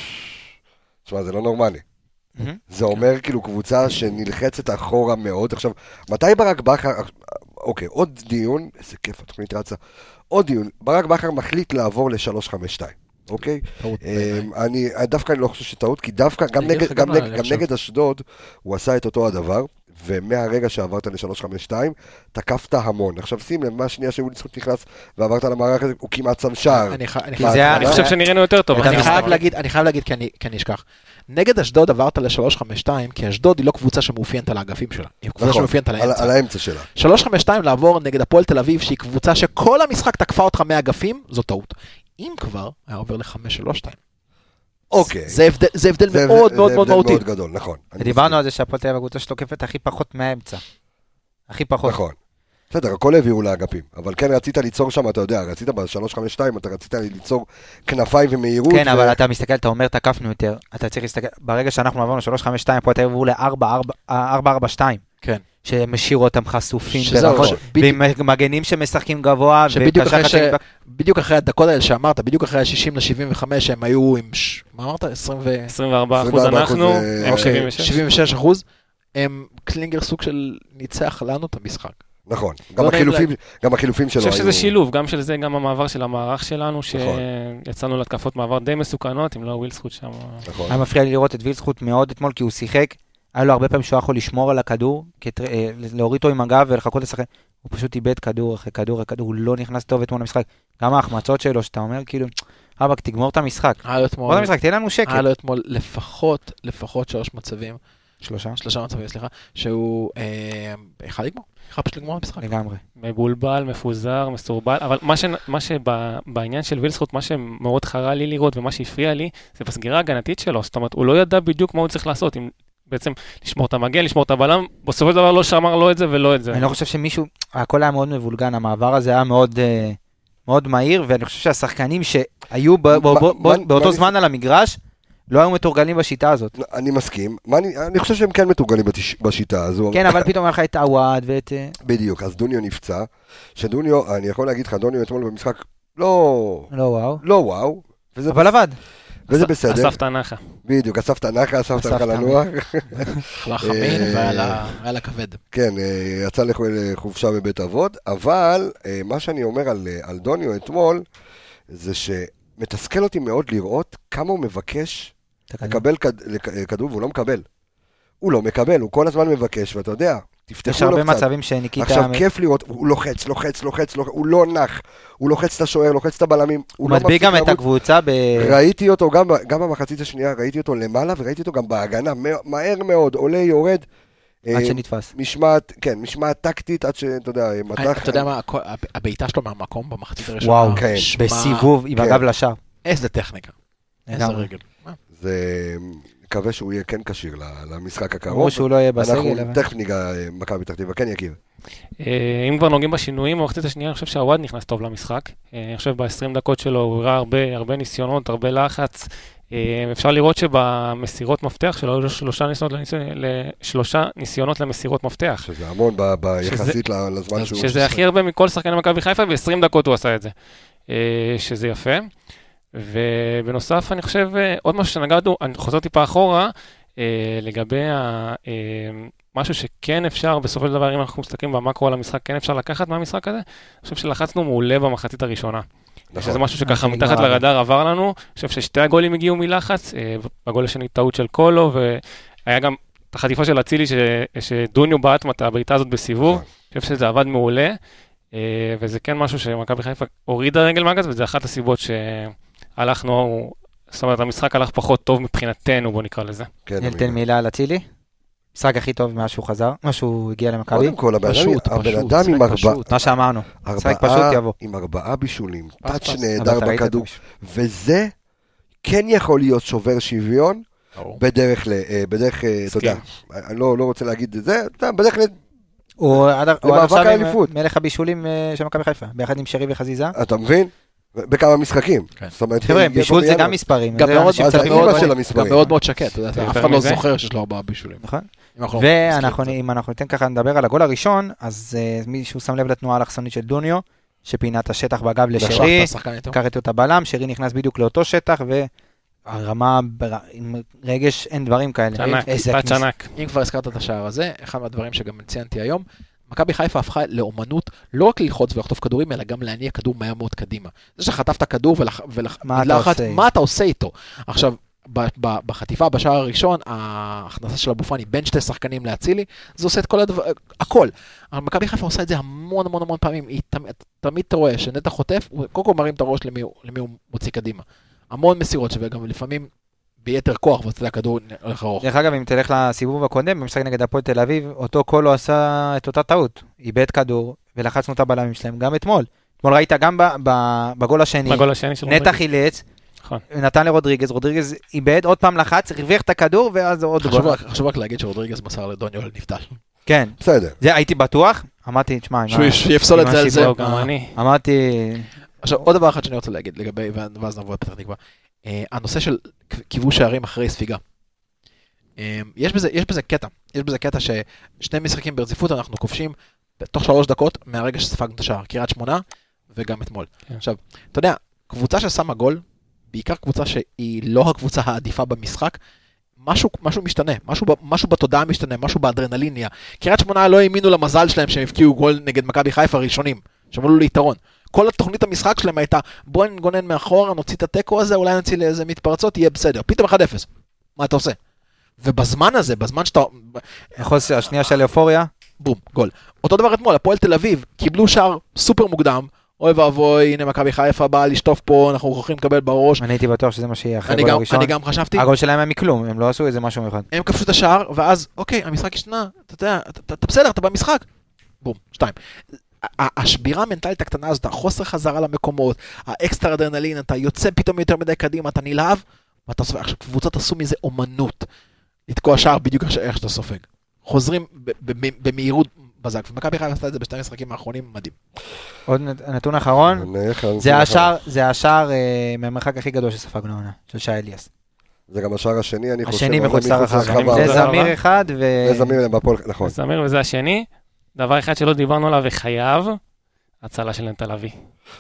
תשמע, זה לא נורמלי. זה אומר כאילו קבוצה שנלחצת אחורה מאוד. עכשיו, מתי ברק בכר, אוקיי, עוד דיון, איזה כיף, התוכנית רצה, עוד דיון, ברק בכר מחליט לעבור ל-שלוש חמש שתיים, אוקיי? אני, דווקא אני לא חושב שטעות, כי דווקא, גם נגד אשדוד, הוא עשה את אותו הדבר, ומהרגע שעברת ל-שלוש חמש שתיים, תקפת המון. עכשיו שים לב, מה השנייה שווילסקוט נכנס ועברת למערך הזה, הוא כמעט שם שער. אני חושב שנראינו יותר טוב. אני חייב להגיד, כי אני אשכח. נגד אשדוד עברת ל-שלוש חמש שתיים, כי אשדוד היא לא קבוצה שמאופיינת על האגפים שלה. היא קבוצה שמאופיינת על האמצע. על האמצע שלה. שלוש חמש שתיים לעבור נגד הפועל תל אביב, שהיא קבוצה שכל המשחק תקפה אותך מהאגפים, זו טעות. אם כבר, היה עובר ל-חמש שלוש שתיים. אוקיי. זה הבדל מאוד מאוד מאוד מהותי. זה הבדל מאוד גדול, נכון. דיברנו על זה שהפועל תל אביב הקבוצה שתוקפת הכי פחות מהאמצע. הכי פחות. נכון. בסדר, הכל הביאו לאגפים, אבל כן רצית ליצור שם, אתה יודע, רצית ב-שלוש חמש שתיים, אתה רצית ליצור כנפיים ומהירות. כן, אבל אתה מסתכל, אתה אומר, תקפנו יותר, אתה צריך להסתכל, ברגע שאנחנו עברנו שלוש חמש שתיים, הפועל תל אביב עברו ל-ארבע ארבע שתיים. כן. שמשאירו אותם חשופים, ועם מגנים שמשחקים גבוה, בדיוק אחרי הדקות האלה שאמרת, בדיוק אחרי ה-שישים ל-שבעים וחמש, הם היו עם, מה אמרת? עשרים וארבעה אחוז אנחנו, הם שבעים ושש אחוז, הם קלינגר סוג של ניצח לנו את המשחק. נכון, גם החילופים שלו. אני חושב שזה שילוב, גם של זה, גם המעבר של המערך שלנו, שיצאנו להתקפות מעבר די מסוכנות, אם לא ווילסקוט שם. היה מפריע לי לראות את ווילסקוט מאוד אתמול, כי הוא שיחק, היה לו הרבה פעמים שהוא יכול לשמור על הכדור, להוריד אותו עם הגב ולחכות לשחק. הוא פשוט איבד כדור אחרי כדור, הכדור הוא לא נכנס טוב אתמול למשחק. גם ההחמצות שלו, שאתה אומר, כאילו, אבק, תגמור את המשחק. תגמור את המשחק, תהיה לנו שקט. היה לו אתמול לפחות, לפחות שלוש מצבים. שלושה? שלושה מצבים, סליחה. שהוא, אחד לגמור. אחד פשוט לגמור את המשחק. לגמרי. מבולבל, מפוזר, מסורבל, אבל מה שבעניין של ווילסקוט, מה שמאוד חרה לי לראות ומה שהפריע לי, זה בסגירה הגנתית שלו. זאת אומרת, הוא לא ידע בדיוק מה הוא צריך לעשות. בעצם לשמור את המגן, לשמור את הבלם, בסופו של דבר לא שמר לא את זה ולא את זה. אני לא חושב שמישהו, הכל היה מאוד מבולגן, המעבר הזה היה מאוד, מאוד מהיר, ואני חושב שהשחקנים שהיו באותו זמן על המגרש, לא היו מתורגלים בשיטה הזאת. אני מסכים, אני חושב שהם כן מתורגלים בשיטה הזו. כן, אבל פתאום היה לך את הוואד ואת... בדיוק, אז דוניו נפצע, שדוניו, אני יכול להגיד לך, דוניו אתמול במשחק, לא... לא וואו. לא וואו. אבל עבד. וזה בסדר. אספת הנחה. בדיוק, אספת הנחה, אספת הנחה לנוח. לחמין והיה לה כבד. כן, יצא לחופשה בבית אבות, אבל מה שאני אומר על דוניו אתמול, זה שמתסכל אותי מאוד לראות כמה הוא מבקש לקבל כדור, והוא לא מקבל. הוא לא מקבל, הוא כל הזמן מבקש, ואתה יודע, תפתחו לו קצת. יש הרבה מצבים שניקיטה... עכשיו כיף לראות, הוא לוחץ, לוחץ, לוחץ, הוא לא נח, הוא לוחץ את השוער, לוחץ את הבלמים. הוא מדביק גם את הקבוצה ב... ראיתי אותו, גם במחצית השנייה, ראיתי אותו למעלה, וראיתי אותו גם בהגנה, מהר מאוד, עולה, יורד. עד שנתפס. משמעת, כן, משמעת טקטית, עד שאתה יודע, מתח... אתה יודע מה, הביתה שלו מהמקום במחצית הראשונה. וואו, בסיבוב, עם הגב לשער. איזה טכניקה. איזה רגל. זה... מקווה שהוא יהיה כן קשיר למשחק הקרוב. או שהוא לא יהיה בסגל. אנחנו תכף ניגע מכבי פתח תקווה, כן יקיר. אם כבר נוגעים בשינויים, במחצית השנייה, אני חושב שהוואד נכנס טוב למשחק. אני חושב ב-עשרים דקות שלו הוא הראה הרבה, הרבה ניסיונות, הרבה לחץ. אפשר לראות שבמסירות מפתח שלו היו שלושה ניסיונות, לשלושה ניסיונות למסירות מפתח. שזה המון ביחסית לזמן שהוא... שזה הכי הרבה מכל שחקני מכבי חיפה, ב-עשרים דקות הוא עשה את זה. שזה יפה. ובנוסף אני חושב, עוד משהו שנגענו, אני חוזר טיפה אחורה, אה, לגבי ה, אה, משהו שכן אפשר, בסופו של דבר, אם אנחנו מסתכלים במקרו על המשחק, כן אפשר לקחת מהמשחק הזה, אני חושב שלחצנו מעולה במחצית הראשונה. נכון. שזה משהו שככה מתחת לרדאר עבר לנו, אני חושב ששתי הגולים הגיעו מלחץ, אה, בגול השני טעות של קולו, והיה גם את החטיפה של אצילי, ש, שדוניו בעט מתה הבעיטה הזאת בסיבוב, אני חושב שזה עבד מעולה, אה, וזה כן משהו שמכבי חיפה הורידה רגל מהגז, וזה אחת הסיבות ש... הלכנו, זאת אומרת, המשחק הלך פחות טוב מבחינתנו, בוא נקרא לזה. נתן מילה על אצילי? משחק הכי טוב מאז שהוא חזר, מה שהוא הגיע למכבי. קודם כל, הבן אדם עם ארבעה... מה שאמרנו, משחק פשוט יבוא. עם ארבעה בישולים, טאץ' נהדר בכדור, וזה כן יכול להיות שובר שוויון, בדרך, בדרך, אתה יודע, אני לא רוצה להגיד את זה, בדרך הוא עד עכשיו מלך הבישולים של מכבי חיפה, ביחד עם שרי וחזיזה. אתה מבין? בכמה משחקים. חבר'ה, בישול זה גם מספרים. גם מאוד מאוד שקט, אף אחד לא זוכר שיש לו ארבעה בישולים. נכון. ואם אנחנו ניתן ככה לדבר על הגול הראשון, אז מישהו שם לב לתנועה האלכסונית של דוניו, שפינה את השטח בגב לשרי, קראת אותה בלם, שרי נכנס בדיוק לאותו שטח, והרמה, עם רגש, אין דברים כאלה. צ'נק, טיפת צ'נק. אם כבר הזכרת את השער הזה, אחד מהדברים שגם ציינתי היום, מכבי חיפה הפכה לאומנות לא רק ללחוץ ולחטוף כדורים, אלא גם להניע כדור מהר מאוד קדימה. זה שחטפת כדור ולחץ, מה אתה עושה איתו? עכשיו, בחטיפה, בשער הראשון, ההכנסה של אבו פאני בין שתי שחקנים להצילי, זה עושה את כל הדבר, הכל. מכבי חיפה עושה את זה המון המון המון פעמים, היא תמיד תרואה שנטע חוטף, הוא קודם כל מרים את הראש למי הוא מוציא קדימה. המון מסירות שווה, גם לפעמים ביתר כוח, ואתה יודע, כדור הולך ארוך. דרך אגב, אם תלך לסיבוב הקודם, במשחק נגד הפועל תל אביב, אותו קולו עשה את אותה טעות, איבד כדור, ולחצנו את הבלמים שלהם, גם אתמול. אתמול ראית גם בגול השני, נטע חילץ, נתן לרודריגז, רודריגז איבד, עוד פעם לחץ, הרוויח את הכדור, ואז עוד גול. חשוב רק להגיד שרודריגז מסר לדוניו על נבדל. כן. בסדר. זה הייתי בטוח, אמרתי, תשמע, שהוא יפסול את זה על זה. אמרתי... עכשיו, עוד דבר אחד שאני רוצה להגיד לגבי, ואז נבוא לפתח תקווה. הנושא של כיבוש שערים אחרי ספיגה. יש בזה, יש בזה קטע. יש בזה קטע ששני משחקים ברציפות אנחנו כובשים בתוך שלוש דקות מהרגע שספגנו את השער. קריית שמונה וגם אתמול. עכשיו, אתה יודע, קבוצה ששמה גול, בעיקר קבוצה שהיא לא הקבוצה העדיפה במשחק, משהו, משהו משתנה, משהו, משהו בתודעה משתנה, משהו באדרנליניה. קריית שמונה לא האמינו למזל שלהם שהם הפקיעו גול נגד מכבי חיפה הראשונים, שמעלו ליתרון. כל התוכנית המשחק שלהם הייתה, בוא נגונן מאחורה, נוציא את הטקו הזה, אולי נוציא לאיזה מתפרצות, יהיה בסדר. פתאום אחד אפס. מה אתה עושה? ובזמן הזה, בזמן שאתה... החוסר השנייה של אופוריה. בום, גול. אותו דבר אתמול, הפועל תל אביב, קיבלו שער סופר מוקדם, אוי ואבוי, הנה מכבי חיפה באה לשטוף פה, אנחנו הולכים לקבל בראש. אני הייתי בטוח שזה מה שיהיה אחרי גול הראשון. אני גם חשבתי. הגול שלהם היה מכלום, הם לא עשו איזה משהו מיוחד. הם כבשו את השער, ואז, אוקיי, המשחק השתנה, אתה יודע, אתה בסדר, אתה במשחק. בום, שתיים. השבירה המנטלית הקטנה הזאת, החוסר חזרה למקומות, האקסטרה אדרנלין, אתה יוצא פתאום יותר מדי קדימה, אתה נלהב, ואתה סופג. עכשיו, קבוצות עשו מזה אומנות, לתקוע שער בדיוק איך שאתה סופג. חוזרים במהירות בזק, ומכבי חיפה עשתה את זה בשתי המשחקים האחרונים, מדהים. עוד נתון אחרון, זה השער מהמרחק הכי גדול שספגנו העונה, של שי אליאס. זה גם השער השני, אני חושב. השני מחוץ לרחבה. זה זמיר אחד ו... זה זמיר בפועל, נכון. זמיר וזה השני. דבר אחד שלא דיברנו עליו וחייב, הצלה של נטע לביא.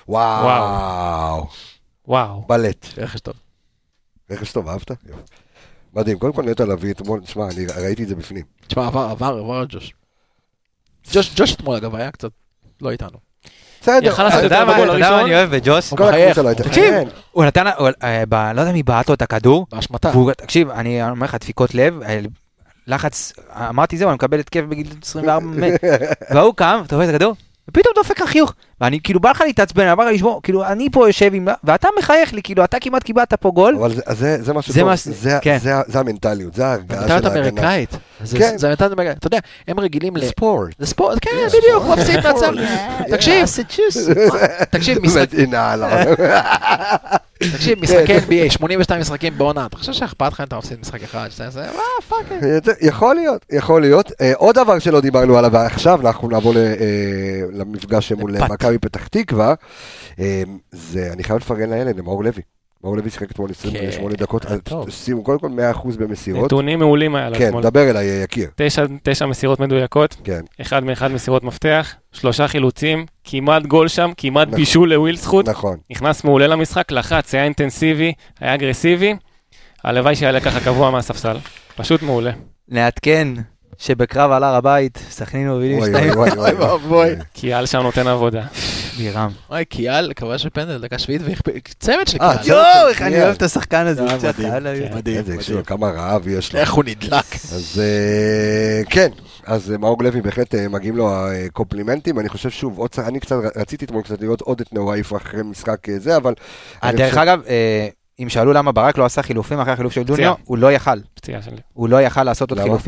וואו. וואו. בלט. רכש טוב. רכש טוב, אהבת? מדהים, קודם כל נטע לביא, תשמע, אני ראיתי את זה בפנים. תשמע, עבר, עבר, עבר ג'וש. ג'וש, ג'וש אתמול אגב היה קצת לא איתנו. בסדר. אתה יודע מה אני אוהב בג'וש? כל הקבוצה לא הייתה. תקשיב, הוא נתן, לא יודע מי בעט לו את הכדור. בהשמטה. תקשיב, אני אומר לך, דפיקות לב, לחץ, אמרתי זהו, אני מקבל התקף בגיל עשרים וארבע, והוא קם, אתה רואה את הכדור, ופתאום דופק לחיוך, ואני כאילו בא לך להתעצבן, אני בא לך לשמור, כאילו אני פה יושב עם, ואתה מחייך לי, כאילו אתה כמעט קיבלת פה גול. אבל זה משהו טוב, זה המנטליות, זה ההרגעה של ההגנה. מנטליות אמריקאית, זה מנטליות אמריקאית, אתה יודע, הם רגילים ל... ספורט. זה ספורט, כן, בדיוק, מפסיד מהצל. תקשיב, תקשיב, משחק... תקשיב, משחקי אן בי איי, שמונים ושתיים משחקים בעונה, אתה חושב שאכפת לך אם אתה מפסיד משחק אחד, שאתה עושה, אה, פאק. יכול להיות, יכול להיות. עוד דבר שלא דיברנו עליו עכשיו, אנחנו נעבור למפגש מול מכבי פתח תקווה, זה, אני חייב לפרגן לילד, מאור לוי. מאור לוי שיחק אתמול עשרים ושמונה דקות, שימו קודם כל מאה אחוז במסירות. נתונים מעולים היה לו אתמול. כן, דבר אליי, יקיר. תשע מסירות מדויקות, אחד מאחד מסירות מפתח, שלושה חילוצים, כמעט גול שם, כמעט בישול לוויל זכות. נכון. נכנס מעולה למשחק, לחץ, היה אינטנסיבי, היה אגרסיבי, הלוואי שיעלה ככה קבוע מהספסל. פשוט מעולה. נעדכן שבקרב על הר הבית, סכנין מובילים שתיים. וואי וואי וואי. קיאל שם נותן עבודה. בירם. וואי, קיאל, קבוע של פנדל, דקה שביעית, צמד של קיאל. יואו, איך אני אוהב את השחקן הזה. מדהים. כמה רעב יש לו. איך הוא נדלק. אז כן, אז מאור לוי בהחלט מגיעים לו הקומפלימנטים. אני חושב שוב, אני קצת רציתי אתמול קצת לראות עוד את נוואיף אחרי משחק זה, אבל... דרך אגב, אם שאלו למה ברק לא עשה חילופים אחרי החילוף של דוניו, הוא לא יכל. הוא לא יכל לעשות עוד חילופים.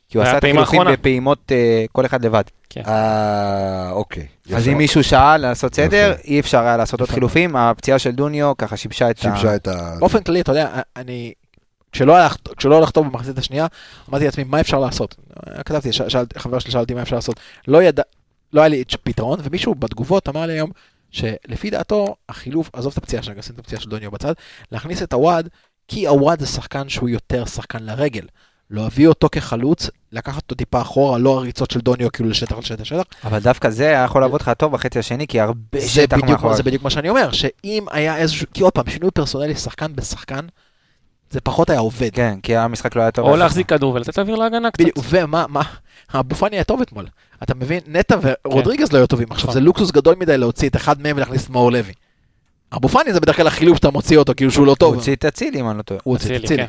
כי הוא עשה את החילופים בפעימות כל אחד לבד. אה, אוקיי. אז אם מישהו שאל לעשות סדר, אי אפשר היה לעשות עוד חילופים, הפציעה של דוניו ככה שיבשה את ה... באופן כללי, אתה יודע, אני... כשלא הלך טוב במחצית השנייה, אמרתי לעצמי, מה אפשר לעשות? כתבתי, חבר שלי שאלתי מה אפשר לעשות. לא ידע, לא היה לי פתרון, ומישהו בתגובות אמר לי היום, שלפי דעתו, החילוף, עזוב את הפציעה, שרגע, שים את הפציעה של דוניו בצד, להכניס את הוואד, כי הוואד זה שחקן שהוא יותר שחקן לרגל. לא הביא אותו כחלוץ, לקחת אותו טיפה אחורה, לא הריצות של דוניו, כאילו לשטח לשטח לשטח. אבל דווקא זה היה יכול לעבוד לך טוב בחצי השני, כי הרבה שטח מאחורי. זה בדיוק מה שאני אומר, שאם היה איזשהו, כי עוד פעם, שינוי פרסונלי, שחקן בשחקן, זה פחות היה עובד. כן, כי המשחק לא היה טוב. או להחזיק כדור ולתת אוויר להגנה קצת. ומה, מה, אבו פאני היה טוב אתמול. אתה מבין, נטע ורודריגז לא היו טובים. עכשיו, זה לוקסוס גדול מדי להוציא את אחד מהם ולהכניס את מאור לוי. אבו פאני זה בדרך כלל החילוף שאתה מוציא אותו, כאילו שהוא לא טוב. הוא הוציא את אצילי, אם אני לא טועה. הוא הוציא את אצילי.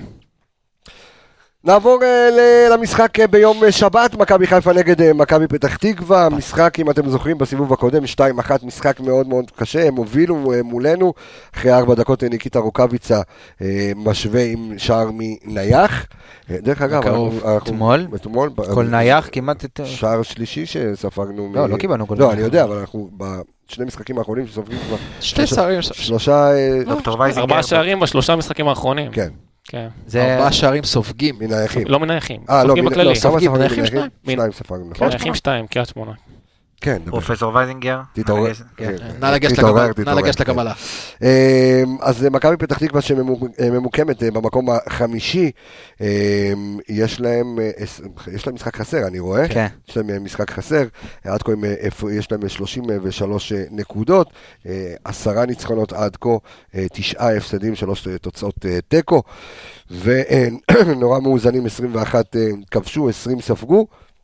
נעבור למשחק ביום שבת, מכבי חיפה נגד מכבי פתח תקווה, משחק אם אתם זוכרים בסיבוב הקודם, שתיים אחת, משחק מאוד מאוד קשה, הם הובילו מולנו, אחרי ארבע דקות ניקיטה רוקאביצה משווה עם שער מנייח, דרך אגב, אתמול, כל נייח כמעט, שער שלישי שספגנו, לא, לא קיבלנו כל נייח, לא, אני יודע, אבל אנחנו בשני משחקים האחרונים שספגנו כבר, שתי שערים, שלושה, ארבעה שערים בשלושה משחקים האחרונים, כן. ארבעה שערים סופגים. מנייחים. לא מנייחים, סופגים בכללי. סופגים מנייחים שניים? שניים ספגנו. מנייחים שתיים, קריית שמונה. כן. פרופסור וייזינגר. תתעורר. נא לגשת לקבלה. אז מכבי פתח תקווה שממוקמת במקום החמישי, יש להם משחק חסר, אני רואה. יש להם משחק חסר. עד כה יש להם שלושים ושלוש נקודות, עשרה ניצחונות עד כה, תשעה הפסדים, שלוש תוצאות טקו, ונורא מאוזנים, עשרים ואחת כבשו, עשרים ספגו.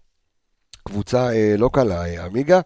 קבוצה אה, לא קלה, אה, אמיגה,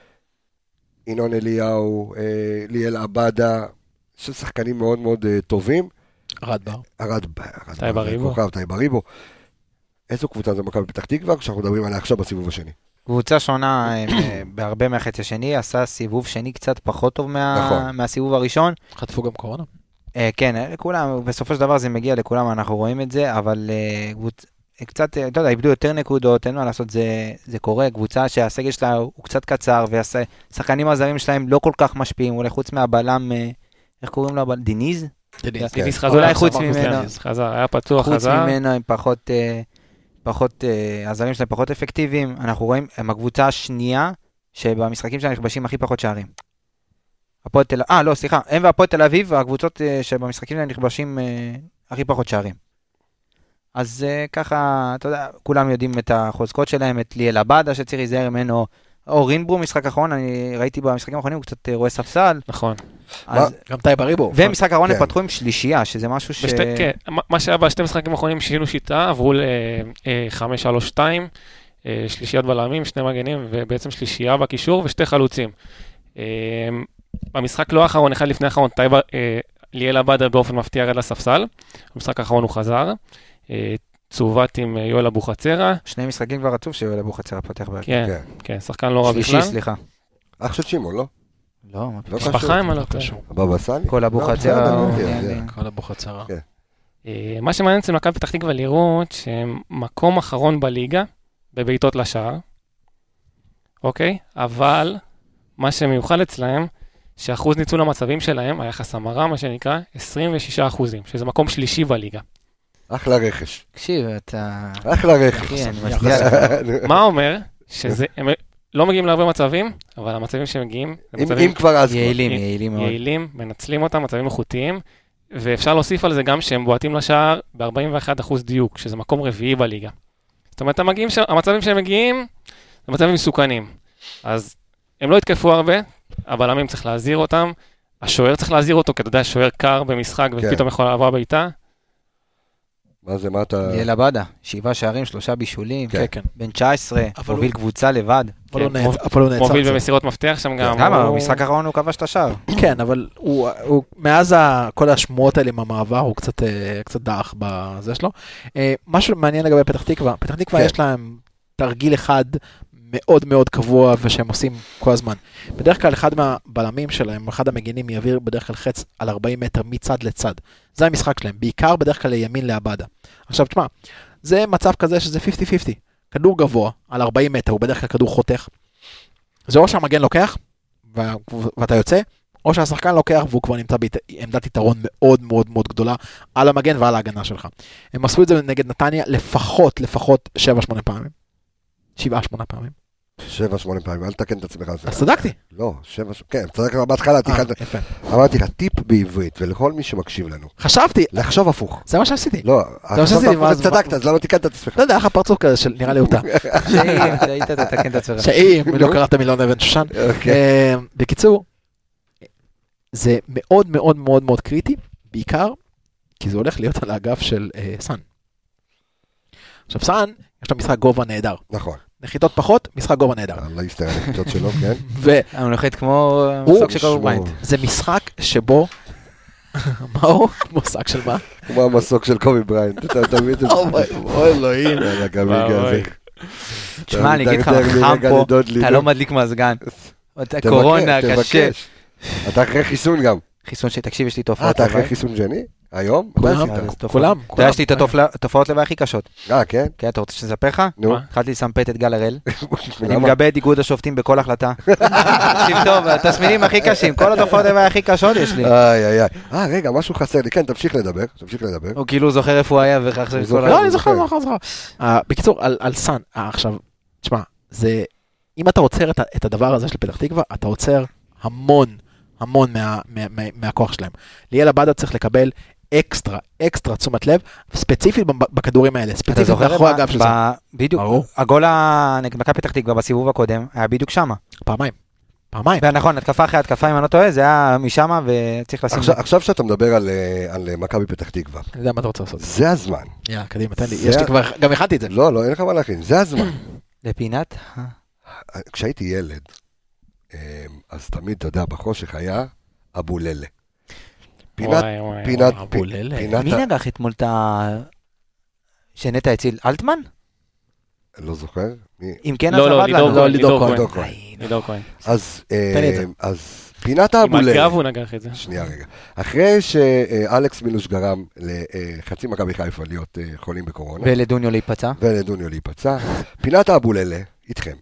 ינון אליהו, אה, ליאל עבדה, ששחקנים מאוד מאוד אה, טובים. ארד בר. ארד בר. טייב אריבו. טייב אריבו. איזו קבוצה זה מכבי פתח תקווה, כשאנחנו מדברים עליה עכשיו בסיבוב השני? קבוצה שונה בהרבה מהחצי השני, עשה סיבוב שני קצת פחות טוב מה... נכון. מהסיבוב הראשון. חטפו גם קורונה. אה, כן, לכולם, בסופו של דבר זה מגיע לכולם, אנחנו רואים את זה, אבל אה, קבוצה... קצת, אתה יודע, איבדו יותר נקודות, אין מה לעשות, זה, זה קורה, קבוצה שהסגל שלה הוא קצת קצר, והשחקנים הזרים שלהם לא כל כך משפיעים, אולי חוץ מהבלם, איך קוראים לו? דיניז? דיניז חזר, אולי חוץ ממנו, חזר, היה פתוח, חוץ חזר. חוץ ממנו הם פחות, פחות, הזרים שלהם פחות אפקטיביים, אנחנו רואים, הם הקבוצה השנייה, שבמשחקים שלהם נכבשים הכי פחות שערים. הפועל תל, אה, לא, סליחה, הם והפועל תל אביב, הקבוצות שבמשחקים שלהם נכבשים הכי פחות שערים. אז uh, ככה, אתה יודע, כולם יודעים את החוזקות שלהם, את ליאל עבדה שצריך להיזהר ממנו, או רינברו משחק אחרון, אני ראיתי במשחקים האחרונים, הוא קצת רואה ספסל. נכון. אז, גם טייב אריבו. ומשחק האחרון הם פתחו עם שלישייה, שזה משהו ש... בשתי, כן, מה שהיה בשתי משחקים האחרונים שינו שיטה, עברו ל-חמש שלוש שתיים, שלישיית בלמים, שני מגנים, ובעצם שלישייה בקישור ושתי חלוצים. במשחק לא האחרון, אחד לפני האחרון, טייב, ליאל עבדה באופן מפתיע ירד לספסל, במשחק האחרון הוא חזר. צוות עם יואל אבוחצירא. שני משחקים כבר רצוף שיואל אבוחצירא פותח בהרכב. כן, כן, שחקן לא רע בכלל. שלישי, סליחה. אח של שמעון, לא? לא, משפחה עם הלא קשור. בבא סאלי? כל אבוחצירא. כל אבוחצירא. מה שמעניין אצל מכבי פתח תקווה לראות שהם מקום אחרון בליגה, בבעיטות לשער. אוקיי? אבל מה שמיוחד אצלהם, שאחוז ניצול המצבים שלהם, היחס המרה, מה שנקרא, עשרים ושישה אחוזים, שזה מקום שלישי בליגה. אחלה רכש. תקשיב, אתה... אחלה רכש. מה אומר? שהם לא מגיעים להרבה מצבים, אבל המצבים שהם מגיעים... אם כבר אז... יעילים, יעילים מאוד. יעילים, מנצלים אותם, מצבים איכותיים, ואפשר להוסיף על זה גם שהם בועטים לשער ב-ארבעים ואחד אחוז דיוק, שזה מקום רביעי בליגה. זאת אומרת, המצבים שהם מגיעים, זה מצבים מסוכנים. אז הם לא התקפו הרבה, הבלמים צריך להזהיר אותם, השוער צריך להזהיר אותו, כי אתה יודע, שוער קר במשחק, ופתאום יכול לעבור בעיטה. מה זה, מה אתה... ליאל עבדה, שבעה שערים, שלושה בישולים, בן תשע עשרה, הוביל קבוצה לבד. מוביל במסירות מפתח שם גם. למה? במשחק האחרון הוא כבש את השער. כן, אבל מאז כל השמועות האלה עם המעבר, הוא קצת דח בזה שלו. משהו מעניין לגבי פתח תקווה, פתח תקווה יש להם תרגיל אחד מאוד מאוד קבוע, ושהם עושים כל הזמן. בדרך כלל אחד מהבלמים שלהם, אחד המגינים יעביר בדרך כלל חץ על ארבעים מטר מצד לצד. זה המשחק שלהם, בעיקר בדרך כלל לימין לעבדה. עכשיו תשמע, זה מצב כזה שזה חמישים חמישים. כדור גבוה, על ארבעים מטר, הוא בדרך כלל כדור חותך, זה או שהמגן לוקח, ואתה יוצא, או שהשחקן לוקח, והוא כבר נמצא בעמדת יתרון מאוד מאוד מאוד גדולה, על המגן ועל ההגנה שלך. הם עשו את זה נגד נתניה לפחות, לפחות שבע שמונה פעמים. שבעה שמונה פעמים. שבע שמונה פעמים, אל תקן את עצמך. אז צדקתי. לא, שבע, כן, צדקת בהתחלה, אמרתי לך, טיפ בעברית, ולכל מי שמקשיב לנו. חשבתי. לחשוב הפוך. זה מה שעשיתי. לא, צדקת, אז למה תיקנת את עצמך? לא יודע, איך הפרצוף כזה של נראה לי אותה. שאם, שהיית תתקן את עצמך. שאם, לא קראת מילון אבן שושן. בקיצור, זה מאוד מאוד מאוד מאוד קריטי, בעיקר, כי זה הולך להיות על האגף של סן. עכשיו סן, יש לו משחק גובה נהדר. נכון. נחיתות פחות, משחק גובה נהדר. לא יסתר הנחיתות שלו, כן. הוא נוחת כמו מסוק של קובי בריינט. זה משחק שבו... מה הוא? כמו מסק של מה? כמו המסוק של קובי בריינט. אתה תמיד... אוי אלוהים. תשמע, אני אגיד לך, חם פה, אתה לא מדליק מזגן. קורונה, קשה. אתה אחרי חיסון גם. חיסון שתקשיב, יש לי תופעות. אתה אחרי חיסון שני? היום? כולם. אתה יודע, יש לי את התופעות לוואי הכי קשות. אה, כן? כן, אתה רוצה שנספר לך? נו. התחלתי לסמפת את גל הראל. אני מגבה את איגוד השופטים בכל החלטה. תקשיב טוב, התסמינים הכי קשים, כל התופעות לוואי הכי קשות יש לי. איי, איי, איי. אה, רגע, משהו חסר לי. כן, תמשיך לדבר, תמשיך לדבר. הוא כאילו זוכר איפה הוא היה וכך זה כל... לא, אני זוכר, זוכר, זוכר. בקיצור, על סן, עכשיו, תשמע, זה... אם אתה עוצר את הדבר הזה של פתח תקווה, אתה עוצר המון, המון מהכוח שלהם. ליאל עבדה צריך לקבל אקסטרה, אקסטרה תשומת לב, ספציפית בכדורים האלה, ספציפית מאחורי הגב של זה. בדיוק, הגול נגד מכבי פתח תקווה בסיבוב הקודם היה בדיוק שמה. פעמיים, פעמיים. ונכון, התקפה אחרי התקפה, אם אני לא טועה, זה היה משמה וצריך לשים... עכשיו שאתה מדבר על מכבי פתח תקווה. אני יודע מה אתה רוצה לעשות. זה הזמן. יאללה, קדימה, תן לי, יש לי כבר, גם הכנתי את זה. לא, לא, אין לך מה להכין, זה הזמן. לפינת? כשהייתי ילד, אז תמיד, אתה יודע, בחושך היה אבוללה. פינת, פינת, פינת... מי נגח אתמול את ה... שנטע הציל? אלטמן? לא זוכר. אם כן, לא, לא, לידור כהן. לידור כהן. אז פינת האבוללה... עם הגב הוא נגח את זה. שנייה רגע. אחרי שאלכס מילוש גרם לחצי מכבי חיפה להיות חולים בקורונה. ולדוניו להיפצע. ולדוניו להיפצע. פינת האבוללה, איתכם.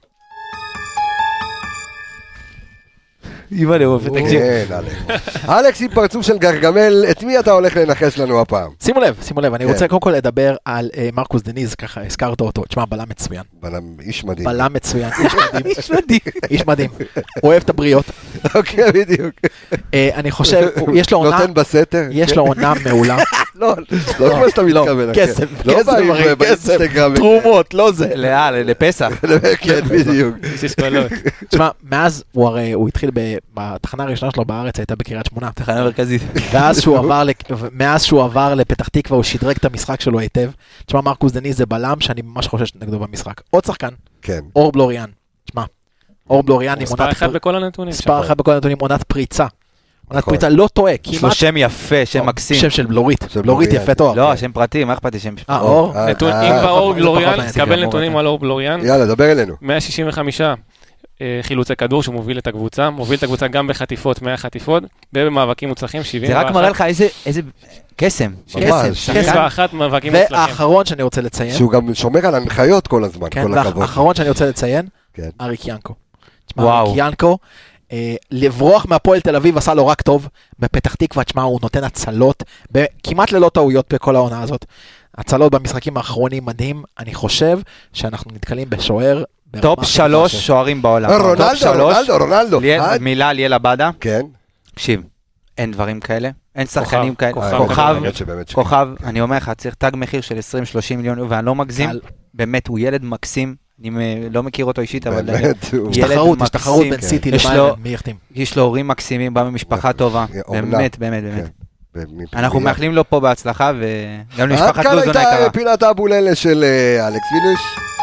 אימא לאופן, תקשיב. אלכס, עם פרצוף של גרגמל, את מי אתה הולך לנחש לנו הפעם? שימו לב, שימו לב, אני רוצה קודם כל לדבר על מרקוס דניז, ככה הזכרת אותו, תשמע, בלם מצוין. בלם, איש מדהים. בלם מצוין, איש מדהים. איש מדהים. איש מדהים. אוהב את הבריות. אוקיי, בדיוק. אני חושב, יש לו עונה... נותן בסתר. יש לו עונה מעולה. לא, לא כמו שאתה מתכוון. כסף, כסף, תרומות, לא זה. לפסח. כן, בדיוק. תשמע, מאז הוא הרי, הוא התחיל בתחנה הראשונה שלו בארץ, הייתה בקריית שמונה. תחנה מרכזית. מאז שהוא עבר לפתח תקווה, הוא שדרג את המשחק שלו היטב. תשמע, מרקוס דניז זה בלם שאני ממש חושש נגדו במשחק. עוד שחקן, אור בלוריאן. תשמע, אור בלוריאן עם עונת... ספר אחד בכל הנתונים. ספר אחד בכל הנתונים, עונת פריצה. עונת פריצה לא טועה, כמעט... יש לו שם יפה, שם מקסים. שם של בלורית. בלורית יפה טוב. לא, שם פרטי, מה אכפת לי שם? אה, אור? אם כבר אור בלוריאן, קבל נתונים על אור בלוריאן. יאללה, דבר אלינו. מאה שישים וחמישה חילוצי כדור שמוביל את הקבוצה, מוביל את הקבוצה גם בחטיפות, מאה חטיפות, ובמאבקים מוצלחים, שבעים ואחת. זה רק מראה לך איזה קסם. ממש. שבעים ואחת מאבקים מוצלחים. והאחרון שאני רוצה לציין. שהוא גם שומר על הנחיות כל הזמן, כל הכבוד. והאחרון שאני רוצה לציין, אריק ינקו. תשמע, אריק ינקו, לברוח מהפועל תל אביב עשה לו רק טוב, בפתח תקווה, תשמע, הוא נותן הצלות, כמעט ללא טעויות בכל העונה הזאת. הצלות במשחקים האחרונים מדהים, אני חושב שאנחנו נתקלים בשוער, טופ שלוש שוערים בעולם. רונלדו, רונלדו, רונלדו. מילה ליאל עבדה. כן. תקשיב, אין דברים כאלה, אין שחקנים כאלה. כוכב, כוכב, אני אומר לך, צריך תג מחיר של עשרים שלושים מיליון, ואני לא מגזים, באמת, הוא ילד מקסים, אני לא מכיר אותו אישית, אבל ילד מקסים. יש תחרות בין סיטי למעלה, מי יחתים? יש לו הורים מקסימים, בא ממשפחה טובה, באמת, באמת, באמת. אנחנו מאחלים לו פה בהצלחה, וגם למשפחת לוזון היקרה. עד כאן הייתה פינת האבוללה של אלכס וילוש.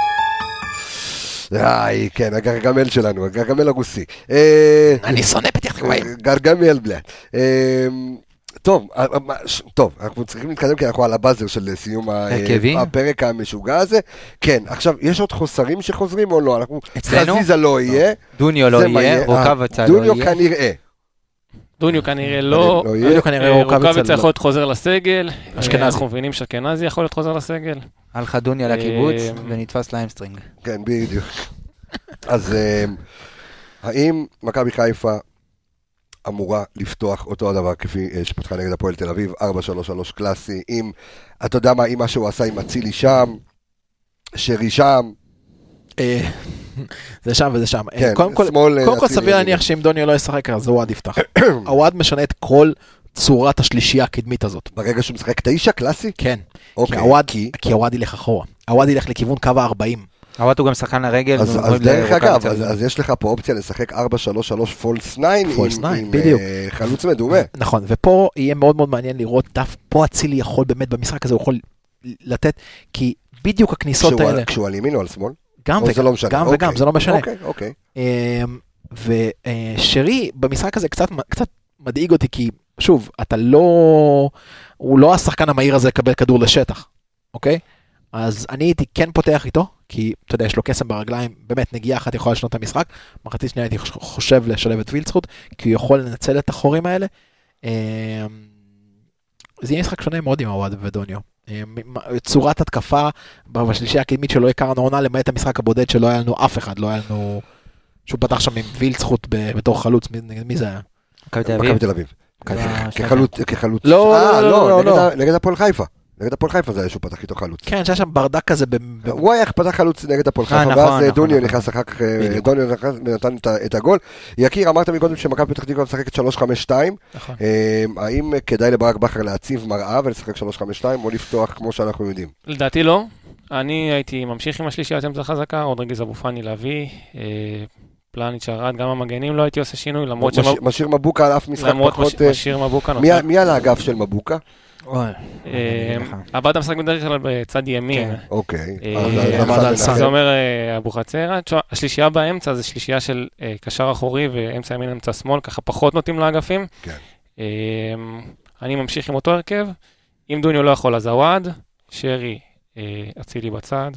איי, כן, הגרגמל שלנו, הגרגמל הרוסי. אני שונא פתח תקוואים. גרגמל בלט. טוב, טוב, אנחנו צריכים להתקדם כי אנחנו על הבאזר של סיום הפרק המשוגע הזה. כן, עכשיו, יש עוד חוסרים שחוזרים או לא? חזיזה לא יהיה. דוניו לא יהיה, רוקאביצה לא יהיה. דוניו כנראה. דוניו כנראה לא. דוניו כנראה רוקאביצה יכול להיות חוזר לסגל. אנחנו מבינים שאשכנזי יכול להיות חוזר לסגל. הלכה דוניה לקיבוץ ונתפס לאמסטרינג. כן, בדיוק. אז האם מכבי חיפה אמורה לפתוח אותו הדבר כפי שפתחה נגד הפועל תל אביב, ארבע שלוש שלוש קלאסי, אם, אתה יודע מה, אם מה שהוא עשה עם אצילי שם, שרי שם, זה שם וזה שם. קודם כל סביר להניח שאם דוניו לא ישחק, אז הוואד יפתח. הוואד משנה את כל צורת השלישייה הקדמית הזאת. ברגע שהוא משחק תשע קלאסי? כן. כי הוואד ילך אחורה. הוואד ילך לכיוון קו ה-ארבעים. הוואד הוא גם שחקן לרגל. אז דרך אגב, אז יש לך פה אופציה לשחק ארבע שלוש שלוש פולס ניין עם חלוץ מדומה. נכון, ופה יהיה מאוד מאוד מעניין לראות, דף פה אצילי יכול באמת במשחק הזה, הוא יכול לתת, כי בדיוק הכניסות האלה. כשהוא על ימין או על שמאל? גם וגם, גם וגם, זה לא משנה. אוקיי, אוקיי. ושרי במשחק הזה קצת מדאיג אותי, כי שוב, אתה לא, הוא לא השחקן המהיר הזה לקבל כדור לשטח, אוקיי? אז אני הייתי כן פותח איתו, כי אתה יודע, יש לו קסם ברגליים, באמת נגיעה אחת יכולה לשנות את המשחק, מחצית שנייה הייתי חושב לשלב את וילצחוט, כי הוא יכול לנצל את החורים האלה. זה יהיה משחק שונה מאוד עם הוואד ודוניו. צורת התקפה בשלישייה הקדמית שלא הכרנו עונה, למעט המשחק הבודד שלא היה לנו אף אחד, לא היה לנו, שהוא פתח שם עם וילצחוט בתור חלוץ, מי זה היה? מכבי תל אביב. כחלוץ. לא, לא, לא. נגד הפועל חיפה. נגד הפועל חיפה זה היה שהוא פתח איתו חלוץ. כן, שהיה שם ברדק כזה. הוא היה פתח חלוץ נגד הפועל חיפה, ואז דוניו נכנס אחר כך, דוניו נכנס ונתן את הגול. יקיר, אמרת מקודם שמכבי פתח תקווה משחקת שלוש חמש שתיים. האם כדאי לברק בכר להציב מראה ולשחק שלוש חמש שתיים, או לפתוח כמו שאנחנו יודעים? לדעתי לא. אני הייתי ממשיך עם השלישיית אמצע חזקה, עוד רגיז אבו פאני להביא, פלניץ' ירד, גם המגנים לא הייתי עושה שינוי, למרות משאיר מבוקה על אף משחק פחות. משאיר מבוקה. מי על האגף של מבוקה? עבד המשחק בדרך כלל בצד ימין. אוקיי. זה אומר אבו חצר. השלישייה באמצע זה שלישייה של קשר אחורי ואמצע ימין אמצע שמאל, ככה פחות נוטים לאגפים. אני ממשיך עם אותו הרכב. אם דוניו לא יכול אז הוואד, שרי אצילי בצד.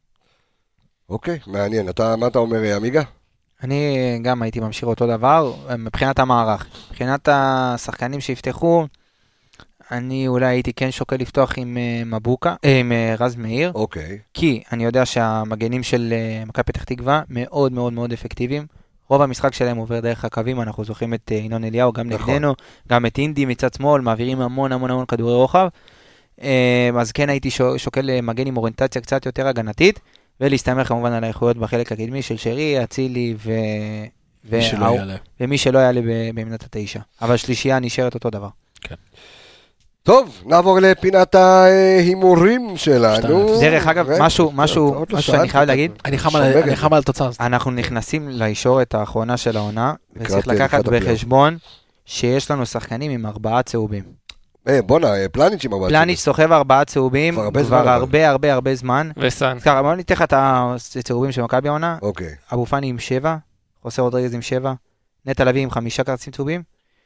אוקיי, מעניין. מה אתה אומר, עמיגה? אני גם הייתי ממשיך אותו דבר, מבחינת המערך. מבחינת השחקנים שיפתחו, אני אולי הייתי כן שוקל לפתוח עם מבוקה, עם רז מאיר. אוקיי. כי אני יודע שהמגנים של מכבי פתח תקווה מאוד מאוד מאוד אפקטיביים. רוב המשחק שלהם עובר דרך הקווים, אנחנו זוכרים את ינון אליהו, גם נגדנו, גם את אינדי מצד שמאל, מעבירים המון המון המון כדורי רוחב. אז כן הייתי שוקל מגן עם אוריינטציה קצת יותר הגנתית, ולהסתמך כמובן על האיכויות בחלק הקדמי של שרי, אצילי ו... ומי שלא יעלה בעמדת התשע. אבל שלישייה נשארת אותו דבר. כן. טוב, נעבור לפינת ההימורים שלנו. דרך אגב, משהו, משהו, משהו שאני חייב להגיד. אני חם על התוצאה. אנחנו נכנסים לישורת האחרונה של העונה, וצריך לקחת בחשבון שיש לנו שחקנים עם ארבעה צהובים. בונה, פלניץ' עם ארבעה צהובים. פלניץ' סוחב ארבעה צהובים כבר הרבה הרבה הרבה זמן. וסן. בוא ניתן לך את הצהובים של מכבי העונה. אוקיי. אבו פאני עם שבע, חוסה רודריגז עם שבע, נטע לביא עם חמישה כרטיסים צהובים.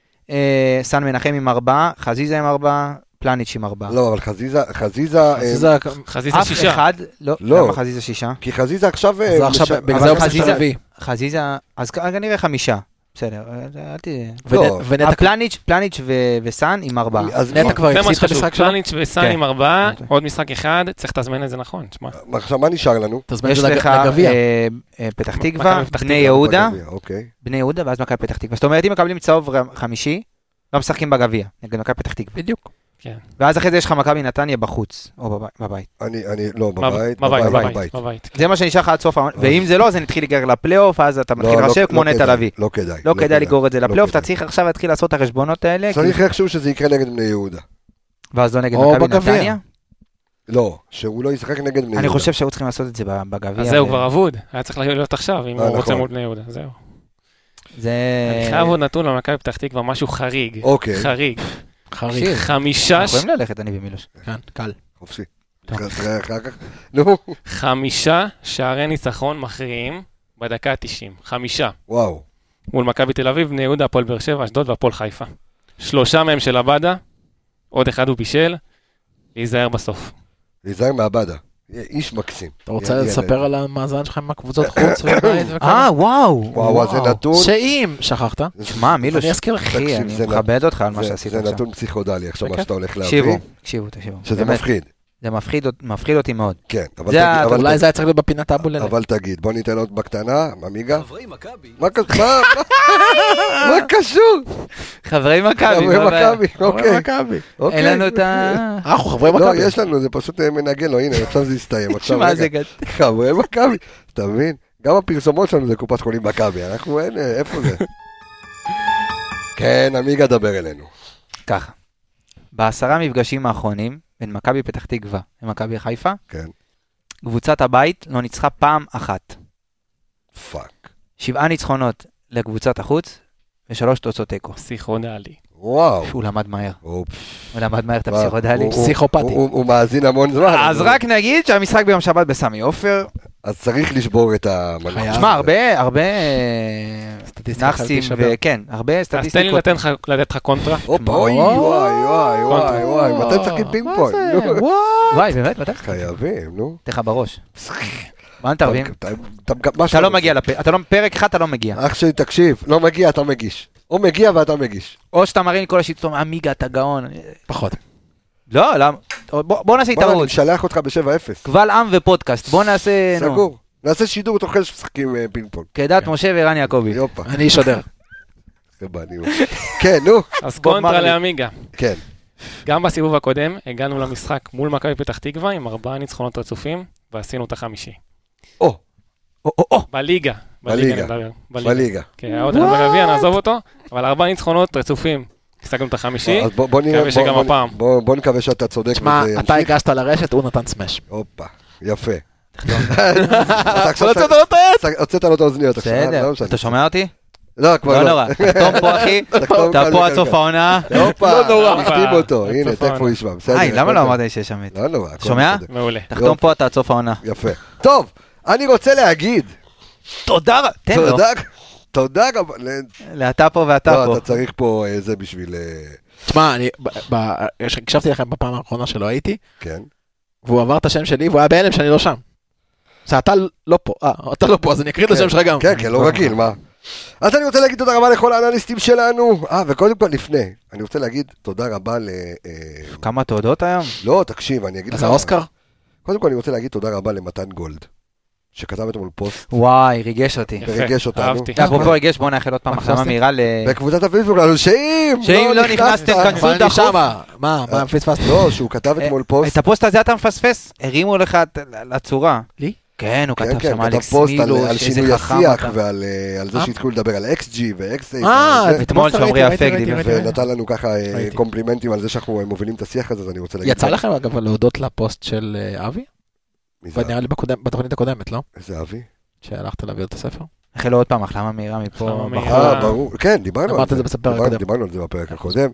סן מנחם עם ארבעה, חזיזה עם ארבעה, פלניץ' עם ארבעה. לא, אבל חזיזה, חזיזה... חזיזה שישה. אף אחד, לא, למה חזיזה שישה? כי חזיזה עכשיו... בגלל חזיזה... חזיזה, אז כנראה חמישה. בסדר, אל תהיה. פלניץ' וסן עם ארבעה. אז נטע כבר הפסיד את המשחק שלו? פלניץ' וסן עם ארבעה, עוד משחק אחד, צריך תזמן את זה נכון. עכשיו, מה נשאר לנו? יש לך פתח תקווה, בני יהודה, בני יהודה, ואז מכבי פתח תקווה. זאת אומרת, אם מקבלים צהוב חמישי, לא משחקים בגביע, נגד מכבי פתח תקווה. בדיוק. ואז אחרי זה יש לך מכבי נתניה בחוץ, או בבית. אני, אני, לא, בבית, בבית, בבית. זה מה שנשאר לך עד סוף העונה, ואם זה לא, זה נתחיל לגרר לפלייאוף, אז אתה מתחיל לשב כמו נטע לביא. לא כדאי. לא כדאי לגרור את זה לפלייאוף, אתה צריך עכשיו להתחיל לעשות את החשבונות האלה. צריך איכשהו שזה יקרה נגד בני יהודה. ואז לא נגד מכבי נתניה? לא, שהוא לא ישחק נגד בני יהודה. אני חושב שהיו צריכים לעשות את זה בגביע. אז זהו כבר אבוד, היה צריך להיות עכשיו, אם הוא רוצה מול בני יהודה, זהו. אני חייב עוד נתון למכבי פתח תקווה, משהו חריג. חריג. חריג. חמישה... אנחנו יכולים ללכת, אני במילוש. כן, קל. חופשי. חמישה שערי ניצחון מכריעים בדקה ה-תשעים. חמישה. וואו. מול מכבי תל אביב, בני יהודה, הפועל באר שבע, אשדוד והפועל חיפה. שלושה מהם של עבדה, עוד אחד הוא בישל, להיזהר בסוף. להיזהר מעבדה. איש מקסים. אתה רוצה לספר על המאזן שלך עם הקבוצות חוץ ובית? אה, וואו. וואו, זה נתון. שאם, שכחת. שמע, מילוש. אני אזכיר לך. אחי, אני מכבד אותך על מה שעשית עכשיו. זה נתון פסיכודלי, עכשיו מה שאתה הולך להביא. קשיבו, קשיבו, תקשיבו. שזה מפחיד. זה מפחיד אותי מאוד. כן, אולי זה היה צריך להיות בפינת אבו ללב. אבל תגיד, בוא ניתן עוד בקטנה, עמיגה. חברי מכבי. מה קשור? חברי מכבי. חברי מכבי, אוקיי. אין לנו את ה... אנחנו חברי מכבי. לא, יש לנו, זה פשוט מנגן לו, הנה, עכשיו זה יסתיים. שמע, זה גד. חברי מכבי, אתה מבין? גם הפרסומות שלנו זה קופת חולים מכבי, אנחנו אין, איפה זה? כן, עמיגה דבר אלינו. ככה. בעשרה מפגשים האחרונים, בין מכבי פתח תקווה למכבי חיפה, כן. קבוצת הבית לא ניצחה פעם אחת. פאק. שבעה ניצחונות לקבוצת החוץ, ושלוש תוצאות תיקו. פסיכודלי. וואו. הוא למד מהר. הוא למד מהר את הפסיכודלי. פסיכופתי. הוא מאזין המון זמן. אז רק נגיד שהמשחק ביום שבת בסמי עופר. אז צריך לשבור את המנוע. תשמע, הרבה, הרבה נחסים, וכן, הרבה סטטיסטיקות. אז תן לי לתת לך קונטרה. אופה, אוי, וואי, וואי, וואי, וואי, מתי משחקים פינג פונג? וואי, באמת, מתי? חייבים, נו. תך בראש. מה אתה מבין? אתה לא מגיע, אתה לא, פרק אחד אתה לא מגיע. אח שלי, תקשיב, לא מגיע, אתה מגיש. או מגיע ואתה מגיש. או שאתה מראים כל השיטות, עמיגה, אתה גאון. פחות. לא, למה? בוא נעשה התערות. בוא נשלח אותך ב-שבע אפס. קבל עם ופודקאסט, בוא נעשה... סגור. נעשה שידור תוך כדי שמשחקים פינג פונג. כדת משה ורן יעקבי. יופה. אני אשדר. כן, נו. אז קונטרה לעמיגה. כן. גם בסיבוב הקודם הגענו למשחק מול מכבי פתח תקווה עם ארבעה ניצחונות רצופים, ועשינו את החמישי. או. או, או, או. בליגה. בליגה. בליגה. כן, עוד אחד בגביע, נעזוב אותו, אבל ארבעה ניצחונות רצופים. השגנו את החמישי, מקווה שגם הפעם. בוא נקווה שאתה צודק. תשמע, אתה הגשת לרשת, הוא נתן סמש. הופה, יפה. הוצאת לו את האוזניות עכשיו. בסדר, אתה שומע אותי? לא, כבר לא. לא נורא, תחתום פה אחי, אתה פה עד סוף העונה. לא נורא. תחתים אותו, הנה, תכף הוא ישמע. היי, למה לא אמרת לי שיש שם? לא נורא. שומע? מעולה. תחתום פה עד סוף העונה. יפה. טוב, אני רוצה להגיד. תודה, תן לו. תודה רבה. לאתה פה ואתה פה. לא, אתה צריך פה זה בשביל... תשמע, אני הקשבתי לכם בפעם האחרונה שלא הייתי. כן. והוא עבר את השם שלי, והוא היה בהלם שאני לא שם. אתה לא פה, אה, אתה לא פה, אז אני אקריא את השם שלך גם. כן, כן, לא רגיל, מה? אז אני רוצה להגיד תודה רבה לכל האנליסטים שלנו. אה, וקודם כל לפני, אני רוצה להגיד תודה רבה ל... כמה תודות היום? לא, תקשיב, אני אגיד לך... אז האוסקר? קודם כל אני רוצה להגיד תודה רבה למתן גולד, שכתב אתמול פוסט. וואי, ריגש אותי. וריגש אותנו. אפרופו ריגש, בוא נאחל עוד פעם החלמה מהירה ל... בקבוצת הפייסבוק לנו, שאם שאם לא נכנסתם, כנסו דחוף. מה, מה פספסת? לא, שהוא כתב אתמול פוסט. את הפוסט הזה אתה מפספס, הרימו לך לצורה. לי? כן, הוא כתב שם אלכס מילוש, על שינוי השיח ועל זה שהתחילו לדבר על אקס ג'י ו-אקס איי. אה, אתמול שעומרי אפק דיבר. ונתן לנו ככה קומפלימנטים על זה שאנחנו מובילים את השיח הזה, אז אני רוצה להגיד... יצא לכם אגב להודות לפוסט של אבי? נראה לי בתוכנית הקודמת, לא? איזה אבי? שהלכת להביא את הספר? החלו עוד פעם החלמה מהירה מפה. אה, ברור. כן, דיברנו על זה. דיברנו על זה בפרק הקודם.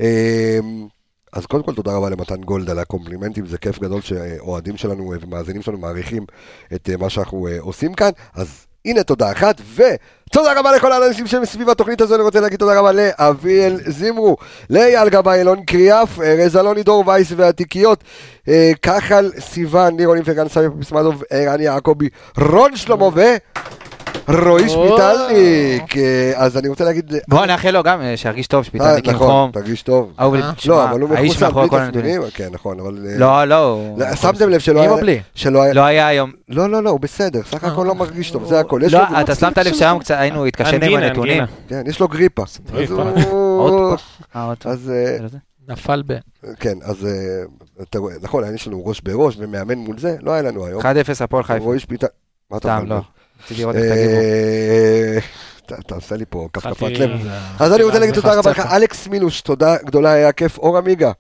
אז קודם כל תודה רבה למתן גולד על הקומפלימנטים, זה כיף גדול שאוהדים שלנו ומאזינים שלנו מעריכים את מה שאנחנו עושים כאן, אז הנה תודה אחת, ותודה רבה לכל האנשים שמסביב התוכנית הזו. אני רוצה להגיד תודה רבה לאביאל זימרו, לאייל גבאי, אלון קריאף, רזלוני דור וייס והתיקיות, כחל סיוון, ניר אולימפיה, גן סמי פסמדוב, ערן יעקבי, רון שלמה ו... רועי שפיטלניק. אז אני רוצה להגיד... בוא נאחל לו גם שירגיש טוב, שפיטלניק עם חום. נכון, תרגיש טוב. לא, אבל הוא מחוסן בלי תסמינים. כן, נכון, אבל... לא, לא. שמתם לב שלא היה... לא היה היום. לא, לא, לא, הוא בסדר. סך הכל לא מרגיש טוב, זה הכל. לא, אתה שמת לב שהיום קצת היינו התקשנו עם הנתונים. כן, יש לו גריפה. אז... נפל ב... כן, אז... נכון, יש לנו ראש בראש ומאמן מול זה, לא היה לנו היום. אחד אפס הפועל חיפה. רועי שפיטלניק. מה אתה אומר? רציתי לראות איך תגיבו. אתה עושה לי פה כפכפת לב. אז אני רוצה להגיד תודה רבה לך, אלכס מילוש, תודה גדולה, היה כיף. אור עמיגה.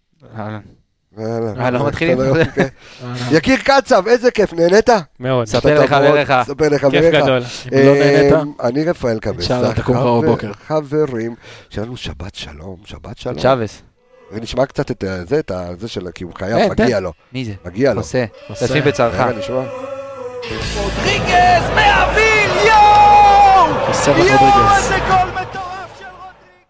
אה, לא מתחילים. יקיר קצב, איזה כיף, נהנית? מאוד. ספר לחבריך. ספר לחבריך. כיף גדול. אם לא נהנית? אני רפאל קבס. שאלה, תקום רעו בוקר. חברים, שלנו שבת שלום, שבת שלום. צ'אבס. נשמע קצת את זה, את זה של, כי הוא חייב, מגיע לו. מי זה? מגיע לו. עושה. תשים בצערך. רודריגז מהוויל, יואו! חוסר רודריגז.